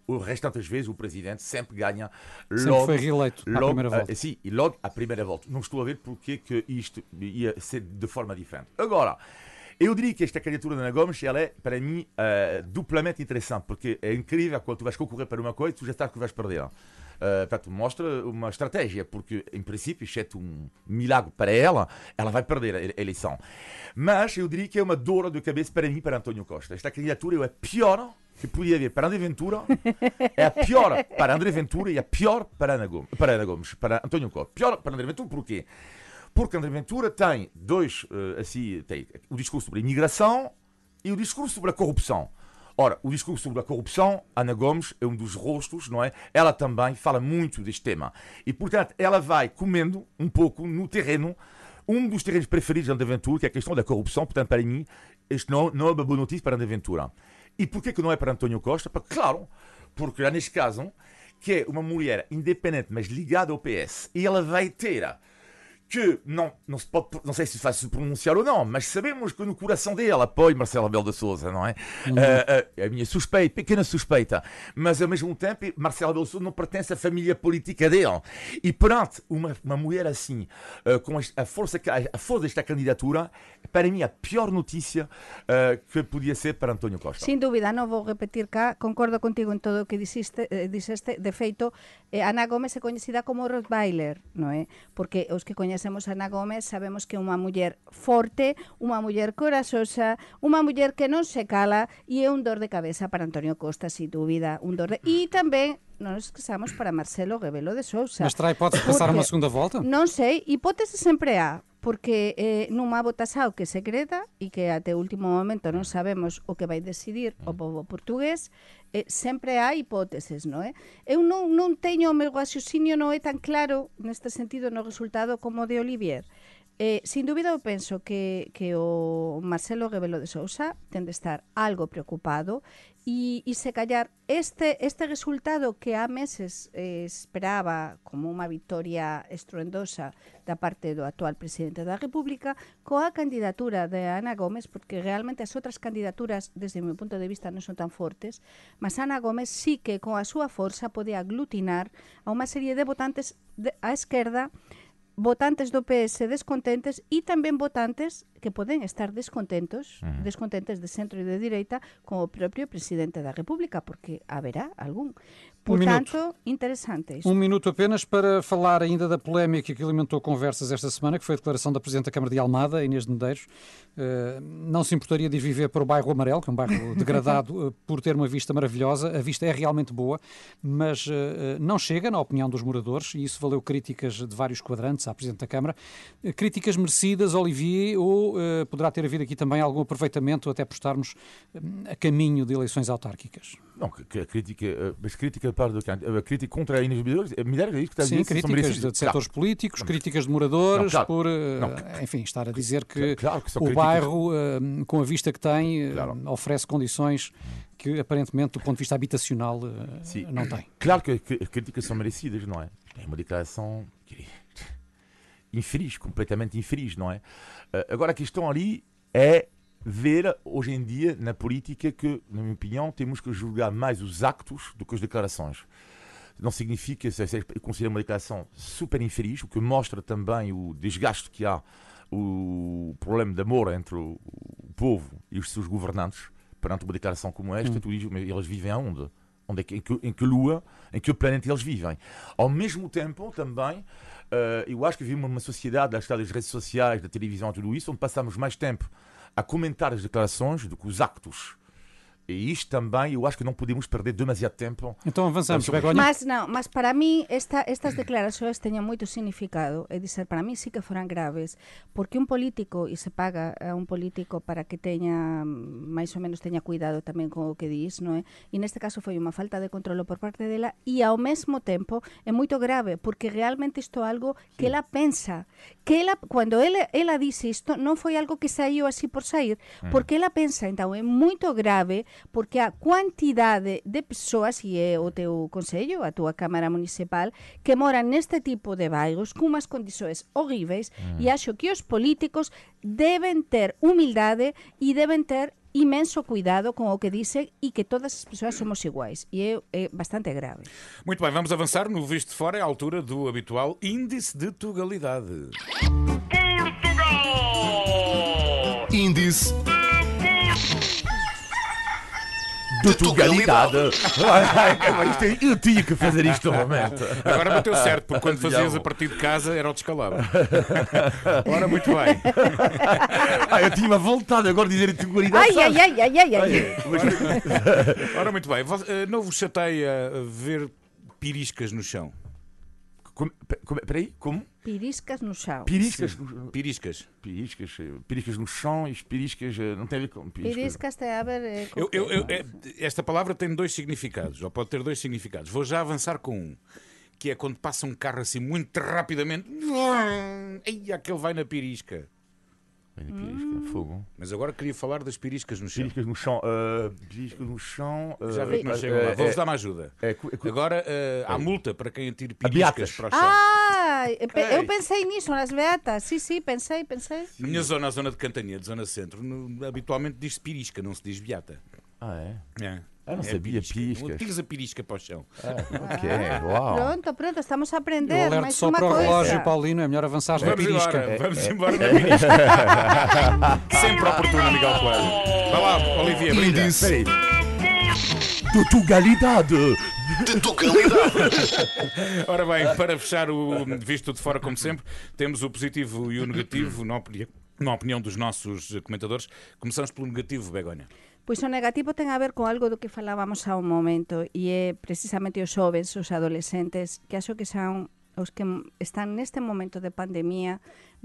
o restante das vezes o presidente sempre ganha sempre logo. Foi reeleito à logo, primeira volta. Uh, sim, e logo à primeira volta. Não estou a ver porque que isto ia ser de forma diferente. Agora, eu diria que esta candidatura da Ana Gomes, ela é, para mim, uh, duplamente interessante, porque é incrível quando tu vais concorrer para uma coisa, tu já sabes que vais perder. Uh, portanto, mostra uma estratégia, porque, em princípio, exceto um milagre para ela, ela vai perder a eleição. Mas eu diria que é uma dor de cabeça para mim, para António Costa. Esta candidatura é a pior que podia haver para André Ventura, é a pior para André Ventura e a pior para Ana Gomes, para, Ana Gomes, para António Costa. Pior para André Ventura, porquê? Porque André Ventura tem dois, uh, assim, tem o discurso sobre a imigração e o discurso sobre a corrupção. Ora, o discurso sobre a corrupção, Ana Gomes é um dos rostos, não é? Ela também fala muito deste tema. E, portanto, ela vai comendo um pouco no terreno, um dos terrenos preferidos de André Ventura, que é a questão da corrupção. Portanto, para mim, isto não, não é uma boa notícia para André Ventura. E porquê que não é para António Costa? Porque, claro, porque neste caso, que é uma mulher independente, mas ligada ao P S, e ela vai ter... que não, não, se pode, não sei se faz se pronunciar ou não, mas sabemos que no coração dele apoia Marcelo Rebelo de Sousa, não é? Uhum. Uh, uh, a minha suspeita, pequena suspeita, mas ao mesmo tempo Marcelo Rebelo de Sousa não pertence à família política dele. E perante uma, uma mulher assim, uh, com a força, a força desta candidatura, para mim a pior notícia uh, que podia ser para António Costa. Sin dúvida, non vou repetir cá, concordo contigo en todo o que dixiste, eh, dixeste. De feito, eh, Ana Gómez é coñecida como Rottweiler, non é? Porque os que coñecemos a Ana Gómez sabemos que é unha muller forte, unha muller coraxosa, unha muller que non se cala e é un dor de cabeza para Antonio Costa, sin dúvida, un dor de... E tamén non nos esquezamos para Marcelo Rebelo de Sousa. Mas terá hipótese de passar uma segunda volta? Non sei, hipótese sempre há, porque eh, nunha votación que se creda e que até o último momento non sabemos o que vai decidir o povo portugués, eh, sempre há hipóteses, non é? Eu non, non teño, o meu raciocínio non é tan claro neste sentido no resultado como o de Olivier. Eh, sin dúbida eu penso que, que o Marcelo Rebelo de Sousa ten de estar algo preocupado e, e se callar este, este resultado que há meses eh, esperaba como unha victoria estruendosa da parte do actual presidente da República, coa candidatura de Ana Gómez, porque realmente as outras candidaturas desde o meu punto de vista non son tan fortes, mas Ana Gómez sí que con a súa forza pode aglutinar a unha serie de votantes de, á esquerda, votantes do P S descontentes e tamén votantes que poden estar descontentos, uh-huh. descontentes de centro e de direita con o propio presidente da República, porque haberá algún. Por um tanto, minuto. Interessante isto. Um minuto apenas para falar ainda da polémica que alimentou conversas esta semana, que foi a declaração da Presidente da Câmara de Almada, Inês de Medeiros. Uh, não se importaria de viver para o bairro Amarelo, que é um bairro degradado, uh, por ter uma vista maravilhosa. A vista é realmente boa, mas uh, não chega, na opinião dos moradores, e isso valeu críticas de vários quadrantes à Presidente da Câmara. Uh, críticas merecidas, Olivier, ou uh, poderá ter havido aqui também algum aproveitamento até por estarmos uh, a caminho de eleições autárquicas? Não, que a crítica, mas crítica para do a crítica contra a Inês Medeiros, é isso que está a dizer. Sim, críticas de, de setores claro. políticos, não. críticas de moradores, não, claro. por, não. enfim, estar a dizer que, claro que o críticas. bairro, com a vista que tem, claro. oferece condições que aparentemente, do ponto de vista habitacional, Sim. não tem. Claro que as críticas são merecidas, não é? É uma declaração infeliz, completamente infeliz, não é? Agora a questão ali é ver hoje em dia na política que, na minha opinião, temos que julgar mais os actos do que as declarações. Não significa, eu considero uma declaração super infeliz, o que mostra também o desgaste que há, o problema de amor entre o, o povo e os seus governantes perante uma declaração como esta. Hum. Tu dizes, eles vivem aonde? Onde é que, em, que, em que lua, em que planeta eles vivem? Ao mesmo tempo, também, uh, eu acho que vivemos numa sociedade, das redes sociais, da televisão, tudo isso, onde passamos mais tempo a comentar as declarações do que os actos. E isto também, eu acho que não podemos perder demasiado tempo. Então avançamos, Begonha. Mas não, mas para mim esta, estas declarações teñen moito significado, é dizer, para mí sí que foran graves, porque un político, e se paga a un político para que teña, máis ou menos teña cuidado tamén con o que dis, non é? E neste caso foi unha falta de controlo por parte dela, e ao mesmo tempo é moito grave, porque realmente isto é algo que ela pensa, que ela, cando ela, ela dice isto, non foi algo que saiu así por sair, porque ela pensa, então é moito grave porque a quantidade de persoas, e é o teu consello, a tua Cámara Municipal, que moran neste tipo de bairros con unhas condições horríveis, mm. e acho que os políticos deben ter humildade e deben ter imenso cuidado com o que dizem e que todas as pessoas somos iguais. E é, é bastante grave. Muito bem, vamos avançar no Visto de Fora, é a altura do habitual Índice de Tugalidade. Portugal! Índice de Tugalidade. Eu tinha que fazer isto novamente. Agora bateu certo, porque quando fazias a partir de casa era o descalabro. Ora, muito bem. Ah, eu tinha uma vontade agora de dizer Tugalidade. Ai, ai, ai, ai, ai, ai. Ora, muito bem. Não vos chateia ver piriscas no chão? Como, como, peraí, como? Piriscas no chão. Piriscas? No, piriscas. Piriscas. Piriscas no chão e piriscas não tem a ver com piriscas. Piriscas tem a ver é, com... eu, eu, eu, esta palavra tem dois significados, ou pode ter dois significados. Vou já avançar com um, que é quando passa um carro assim muito rapidamente. Ei, aquele vai na pirisca. Vai na pirisca, hum. fogo. Mas agora queria falar das piriscas no chão. Piriscas no chão. Uh, piriscas no chão. Uh, Já vi que não chegam uh, lá. Vou-vos uh, dar uma ajuda. Uh, uh, agora uh, há multa para quem atire piriscas para o chão. Ah, eu pensei nisso, nas beatas. Sim, sim, pensei, pensei. Na minha zona, a zona de Cantanhede, zona centro, no, habitualmente diz-se pirisca, não se diz beata. Ah, é? É. Eu não é sabia piriscas. Tires a pirisca para o chão. Ah, ok, uau. Pronto, pronto, estamos a aprender. Eu alerto só para o relógio, Paulino, é melhor avançar na pirisca. Embora, vamos embora na pirisca. Sempre oportuno, Miguel Coelho. Vai lá, Olivia, brilha. Índice de Tugalidade. De Tugalidade. Ora bem, para fechar o Visto de Fora, como sempre, temos o positivo e o negativo, na opinião, na opinião dos nossos comentadores. Começamos pelo negativo, Begoña. Pois o negativo ten a ver con algo do que falábamos há un momento e é precisamente os xovens, os adolescentes, que acho que son os que están neste momento de pandemia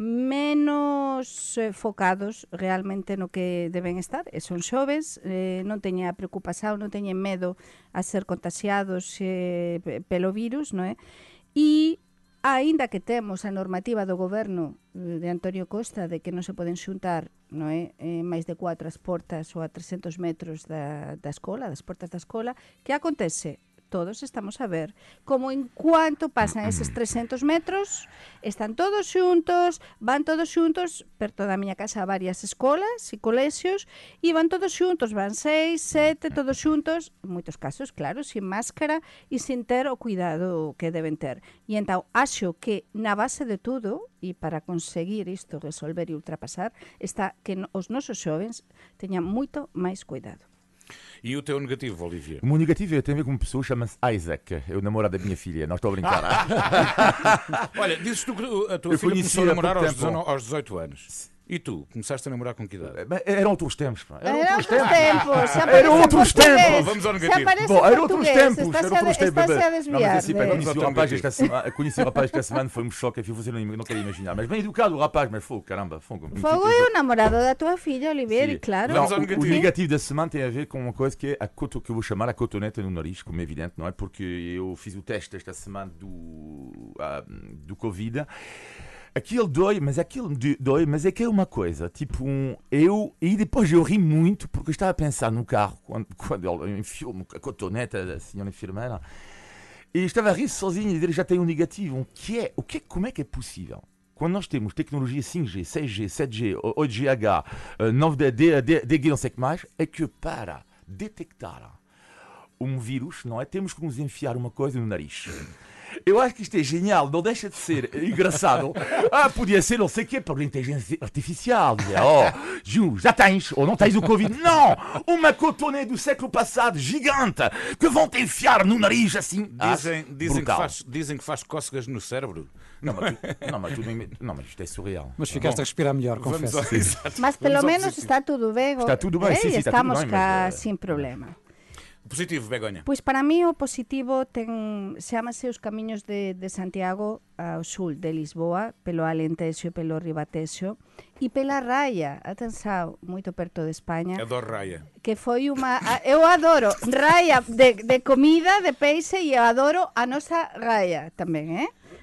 menos eh, focados realmente no que deben estar. E son xovens, eh, non teñen a preocupación, non teñen medo a ser contagiados eh, pelo virus, non é? E aínda que temos a normativa do goberno de Antonio Costa de que non se poden xuntar, non é, eh, máis de cuatro as portas ou a trescentos metros da, da escola, das portas da escola, que acontece? Todos estamos a ver como en cuanto pasan eses trescentos metros están todos xuntos, van todos xuntos, perto da miña casa varias escolas e colexios e van todos xuntos, van seis, sete, todos xuntos, en moitos casos, claro, sin máscara e sin ter o cuidado que deben ter. E entón, acho que na base de tudo, e para conseguir isto resolver e ultrapasar, está que os nosos xovens teñan moito máis cuidado. E o teu negativo, Olivia? O meu negativo é tem a ver com uma pessoa que chama-se Isaac. É o namorado da minha filha. Não estou a brincar. Olha, dizes tu que a tua eu filha começou a namorar aos, aos dezoito anos. E tu? Começaste a namorar com que idade? Eram outros tempos. Eram outros tempos. Eram outros tempos. Vamos ao negativo. Bom, eram outros tempos. Está-se a desviar. Não, mas assim, conheci o rapaz esta semana. Conheci o rapaz esta semana, foi um choque. Você não, não queria imaginar. Mas bem educado o rapaz, mas fogo, caramba. Fogo, fogo é o namorado da tua filha, Oliveira, claro. Não, o, o negativo da semana tem a ver com uma coisa que é a coto, que eu vou chamar a cotoneta no nariz, como é evidente, não é? Porque eu fiz o teste esta semana do, uh, do Covid. Aquilo dói, mas aquilo dói, mas é que é uma coisa, tipo um, eu, e depois eu ri muito porque eu estava a pensar no carro, quando, quando ele enfiou-me a cotoneta da senhora enfermeira, e estava a rir sozinho e dizer já tem um negativo, que é, o que, como é que é possível? Quando nós temos tecnologia cinco G, seis G, sete G, oito G H, nove D, D G, não sei o que mais, é que para detectar um vírus, não é? Temos que nos enfiar uma coisa no nariz. Eu acho que isto é genial, não deixa de ser engraçado. Ah, podia ser não sei o quê, para a inteligência artificial. Oh, Ju, já tens, ou não tens o Covid. Não! Uma cotonete do século passado, gigante, que vão te enfiar no nariz assim. Dizem, ah, dizem, que, faz, dizem que faz cócegas no cérebro. Não, mas, tu, não, mas, tu, não, mas isto é surreal. Mas ficaste Bom, a respirar melhor, confesso. Ao, mas pelo menos está tudo bem. Está tudo bem, sim, sim, está estamos tudo bem, cá mas, sem problema. Positivo, Begoña. Pois para mí o positivo ten chama-se os camiños de, de Santiago ao sul de Lisboa, pelo Alentexo e pelo Ribatexo e pela Raia, atenção, moito perto de España. Adoro Raia. Que foi uma, eu adoro Raia de, de comida, de peixe e eu adoro a nosa Raia tamén, eh?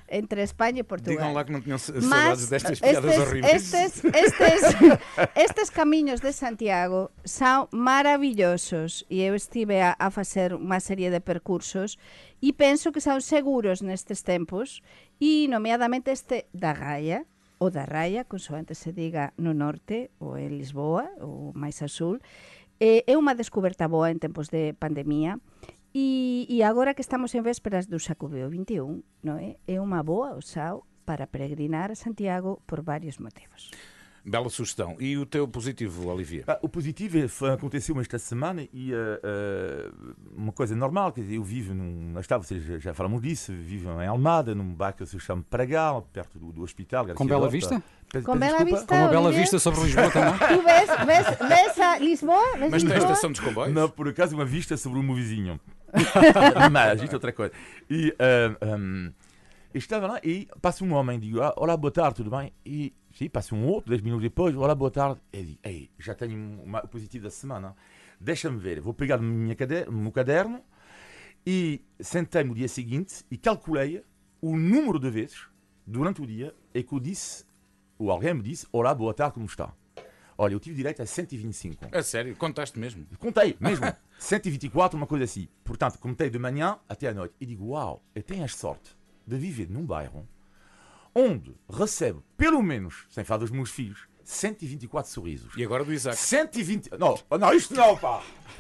entre Espanha e Portugal. Digam lá que não tinham saudades Mas destas piadas estes, horríveis. Estes, estes, estes camiños de Santiago son maravillosos e eu estive a, a facer unha serie de percursos e penso que son seguros nestes tempos e nomeadamente este da Raia, o da Raia, consoante se diga no norte ou en Lisboa ou máis a sul, é unha descoberta boa en tempos de pandemia. E, e agora que estamos en vésperas do Xacobeo vinte e un, non é? É unha boa opción para peregrinar a Santiago por vários motivos. Bela sugestão. E o teu positivo, Olivier? Ah, o positivo foi, aconteceu esta semana e uh, uh, uma coisa normal, quer dizer, eu vivo num, está, vocês já, já falamos disso, vivo em Almada, num bairro que se chama Pragal, perto do, do hospital. Com Bela Vista? Com Bela Vista, Com uma bela vista sobre Lisboa também. Tu vês, vês, vês a Lisboa? Vês Mas tem Lisboa? estação dos comboios? Não, por acaso uma vista sobre o meu vizinho. Mas isto é outra coisa. E uh, um, estava lá e passa um homem, digo, ah, olá, boa tarde, tudo bem? E sim, passa um outro, dez minutos depois, olá, boa tarde. E digo, ei, já tenho uma positivo da semana. Deixa-me ver, vou pegar o meu caderno e sentei-me no dia seguinte e calculei o número de vezes durante o dia e que eu disse, ou alguém me disse, olá, boa tarde, como está? Olha, eu tive direito a cento e vinte e cinco. A sério? Contaste mesmo? Contei, mesmo. cento e vinte e quatro, uma coisa assim. Portanto, contei de manhã até à noite. E digo, uau, eu tenho a sorte de viver num bairro onde recebo, pelo menos, sem falar dos meus filhos, cento e vinte e quatro sorrisos. E agora do Isaac? cento e vinte... Não, não, isto não, pá!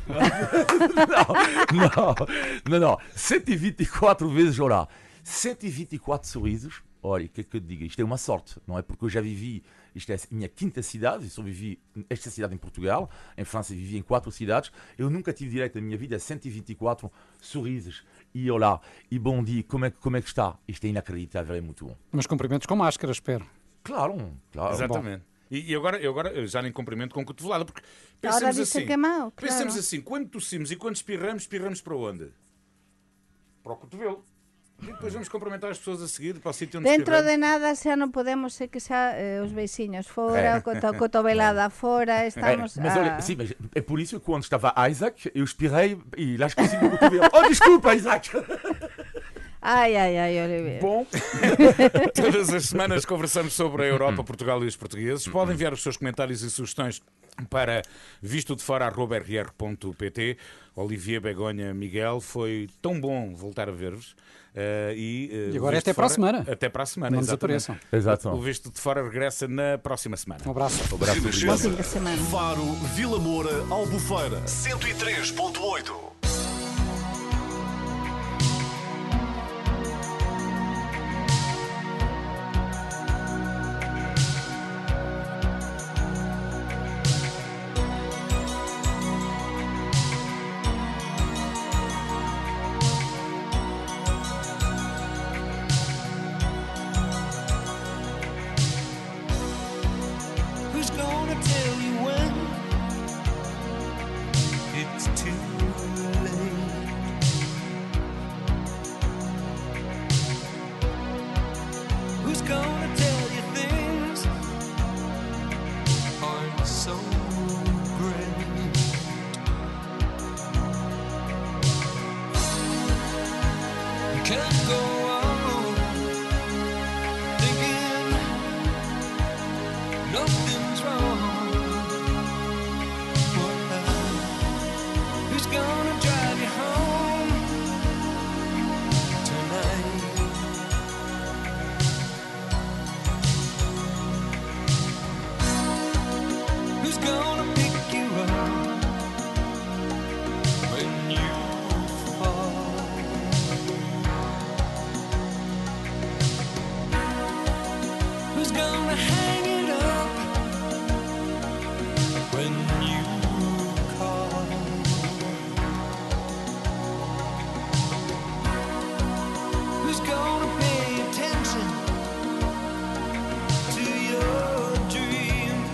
não, não, não, não. cento e vinte e quatro vezes olá. cento e vinte e quatro sorrisos. Olha, o que é que eu digo? Isto é uma sorte, não é? Porque eu já vivi, isto é a minha quinta cidade, eu só vivi esta cidade em Portugal, em França vivi em quatro cidades, eu nunca tive direito na minha vida a cento e vinte e quatro sorrisos. E olá, e bom dia, como é, como é que está? Isto é inacreditável, é muito bom. Mas cumprimentos com máscara, espero. Claro, claro. Exatamente. E, e agora, eu agora já nem cumprimento com cotovelada, porque Ahora pensemos dice assim, que é mau, claro. pensemos assim, quando tossimos e quando espirramos, espirramos para onde? Para o cotovelo. E depois vamos cumprimentar as pessoas a seguir para o sítio onde Dentro espirramos. de nada xa non podemos ser que xa eh, os veciños fora, É. a cotovelada fora, estamos... É, mas a... olha, sim, mas é por isso que quando estava Isaac, eu espirrei e lá esqueci do cotovelo. Oh, desculpa, Isaac! Ai, ai, ai, Olivier. Bom, todas as semanas conversamos sobre a Europa, Portugal e os portugueses. Podem enviar os seus comentários e sugestões para visto de fora arroba r r ponto p t. Olivier, Begonha, Miguel, foi tão bom voltar a ver-vos. Uh, e, uh, E agora o Visto até de para a Fora- semana. Até para a semana, Não exatamente. desapareçam. Exato. O Visto de Fora regressa na próxima semana. Um abraço. Um abraço, Bom obrigado. fim de semana. Faro, Vila Moura, Albufeira, cento e três ponto oito. Who's gonna tell you when it's too late? Who's gonna tell you things aren't so great? You can't go on thinking nothing's wrong. Who's gonna drive you home tonight? Who's gonna pick you up when you fall? Who's gonna hang it up when you call? Who's gonna pay attention to your dreams?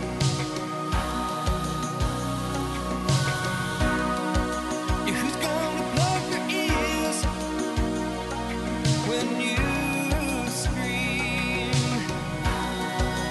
Yeah, who's gonna plug their ears when you scream?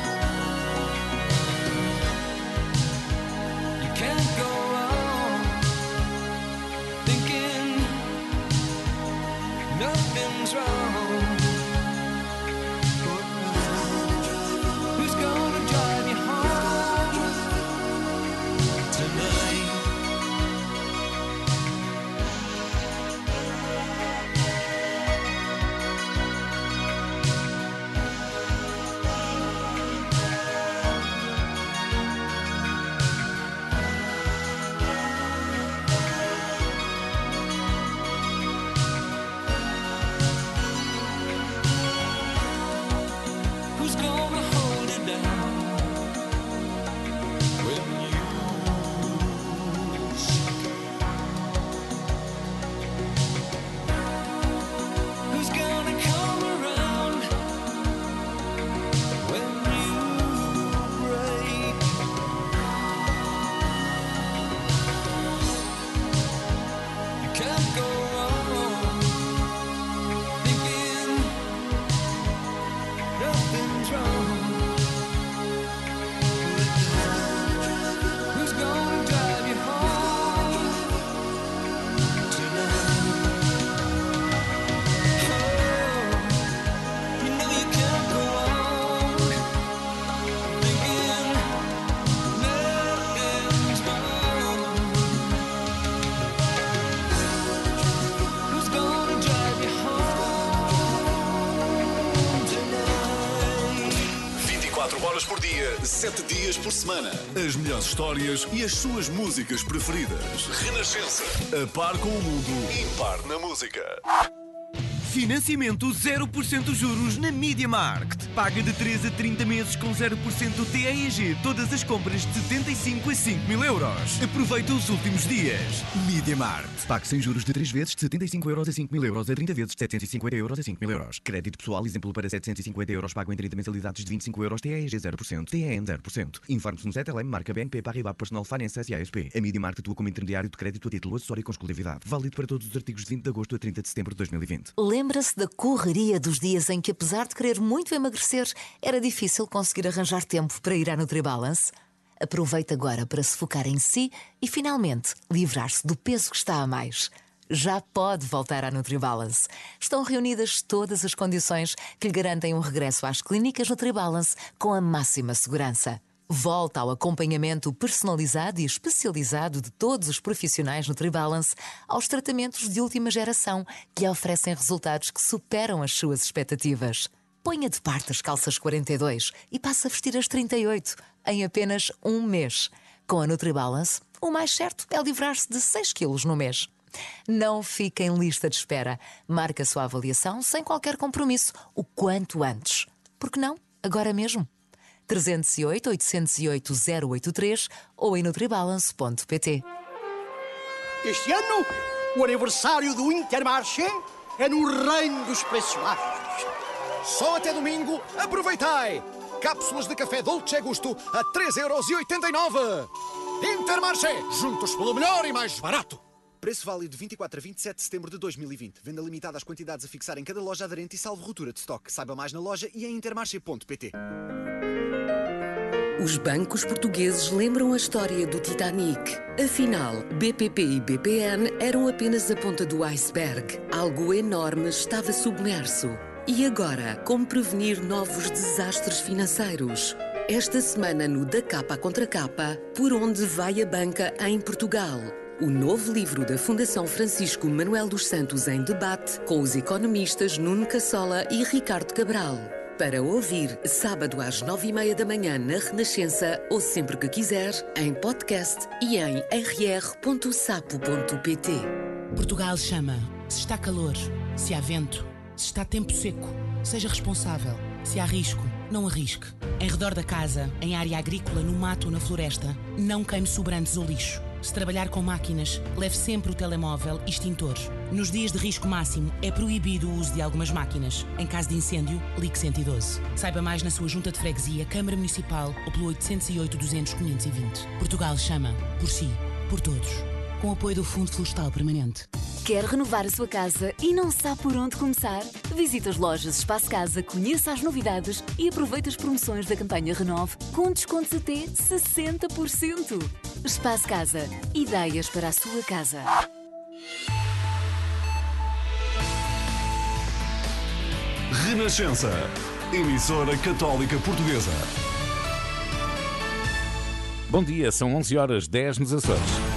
quatro horas por dia, sete dias por semana. As melhores histórias e as suas músicas preferidas. Renascença. A par com o mundo, impar na música. Financiamento zero por cento juros na Media Markt. Paga de três a trinta meses com zero por cento T A E G todas as compras de setenta e cinco a cinco mil euros. Aproveita os últimos dias. Media Markt. Pague sem juros de três vezes de setenta e cinco euros a cinco mil euros a trinta vezes de setecentos e cinquenta euros a cinco mil euros. Crédito pessoal, exemplo para setecentos e cinquenta euros pago em trinta mensalidades de vinte e cinco euros. T A E G zero por cento. T A N zero por cento. Informe-se no sete L M, marca B N P Paribas Personal Finance S A S P. A Media Markt atua como intermediário de crédito a título acessório e com exclusividade. Válido para todos os artigos de vinte de agosto a trinta de setembro de dois mil e vinte. Lembra-se da correria dos dias em que, apesar de querer muito emagrecer, era difícil conseguir arranjar tempo para ir à NutriBalance? Aproveite agora para se focar em si e, finalmente, livrar-se do peso que está a mais. Já pode voltar à NutriBalance. Estão reunidas todas as condições que lhe garantem um regresso às clínicas NutriBalance com a máxima segurança. Volta ao acompanhamento personalizado e especializado de todos os profissionais NutriBalance, aos tratamentos de última geração que oferecem resultados que superam as suas expectativas. Ponha de parte as calças quarenta e dois e passe a vestir as trinta e oito em apenas um mês. Com a NutriBalance, o mais certo é livrar-se de seis quilos no mês. Não fique em lista de espera. Marque a sua avaliação sem qualquer compromisso, o quanto antes. Por que não? Agora mesmo. trezentos e oito, oitocentos e oito, zero oito três ou em nutribalance ponto pt. Este ano, o aniversário do Intermarché é no reino dos preços baixos. Só até domingo, aproveitai! Cápsulas de café Dolce Gusto a três euros e oitenta e nove. Intermarché, juntos pelo melhor e mais barato. Preço válido de vinte e quatro a vinte e sete de setembro de dois mil e vinte. Venda limitada às quantidades a fixar em cada loja aderente e salvo ruptura de estoque. Saiba mais na loja e em intermarché ponto pt. Os bancos portugueses lembram a história do Titanic. Afinal, B P P e B P N eram apenas a ponta do iceberg. Algo enorme estava submerso. E agora, como prevenir novos desastres financeiros? Esta semana no Da Capa Contra Capa, Por Onde Vai a Banca em Portugal? O novo livro da Fundação Francisco Manuel dos Santos em debate com os economistas Nuno Cassola e Ricardo Cabral. Para ouvir, sábado às nove e meia da manhã na Renascença ou sempre que quiser, em podcast e em r r ponto sapo ponto pt. Portugal chama. Se está calor, se há vento, se está tempo seco, seja responsável. Se há risco, não arrisque. Em redor da casa, em área agrícola, no mato ou na floresta, não queime sobrantes ou lixo. Se trabalhar com máquinas, leve sempre o telemóvel e extintor. Nos dias de risco máximo, é proibido o uso de algumas máquinas. Em caso de incêndio, ligue cento e doze. Saiba mais na sua junta de freguesia, Câmara Municipal ou pelo oitocentos e oito, duzentos, quinhentos e vinte. Portugal chama. Por si. Por todos. Com apoio do Fundo Florestal Permanente. Quer renovar a sua casa e não sabe por onde começar? Visite as lojas Espaço Casa, conheça as novidades e aproveite as promoções da campanha Renove com descontos até sessenta por cento. Espaço Casa. Ideias para a sua casa. Renascença. Emissora católica portuguesa. Bom dia, são onze horas, dez nos Açores.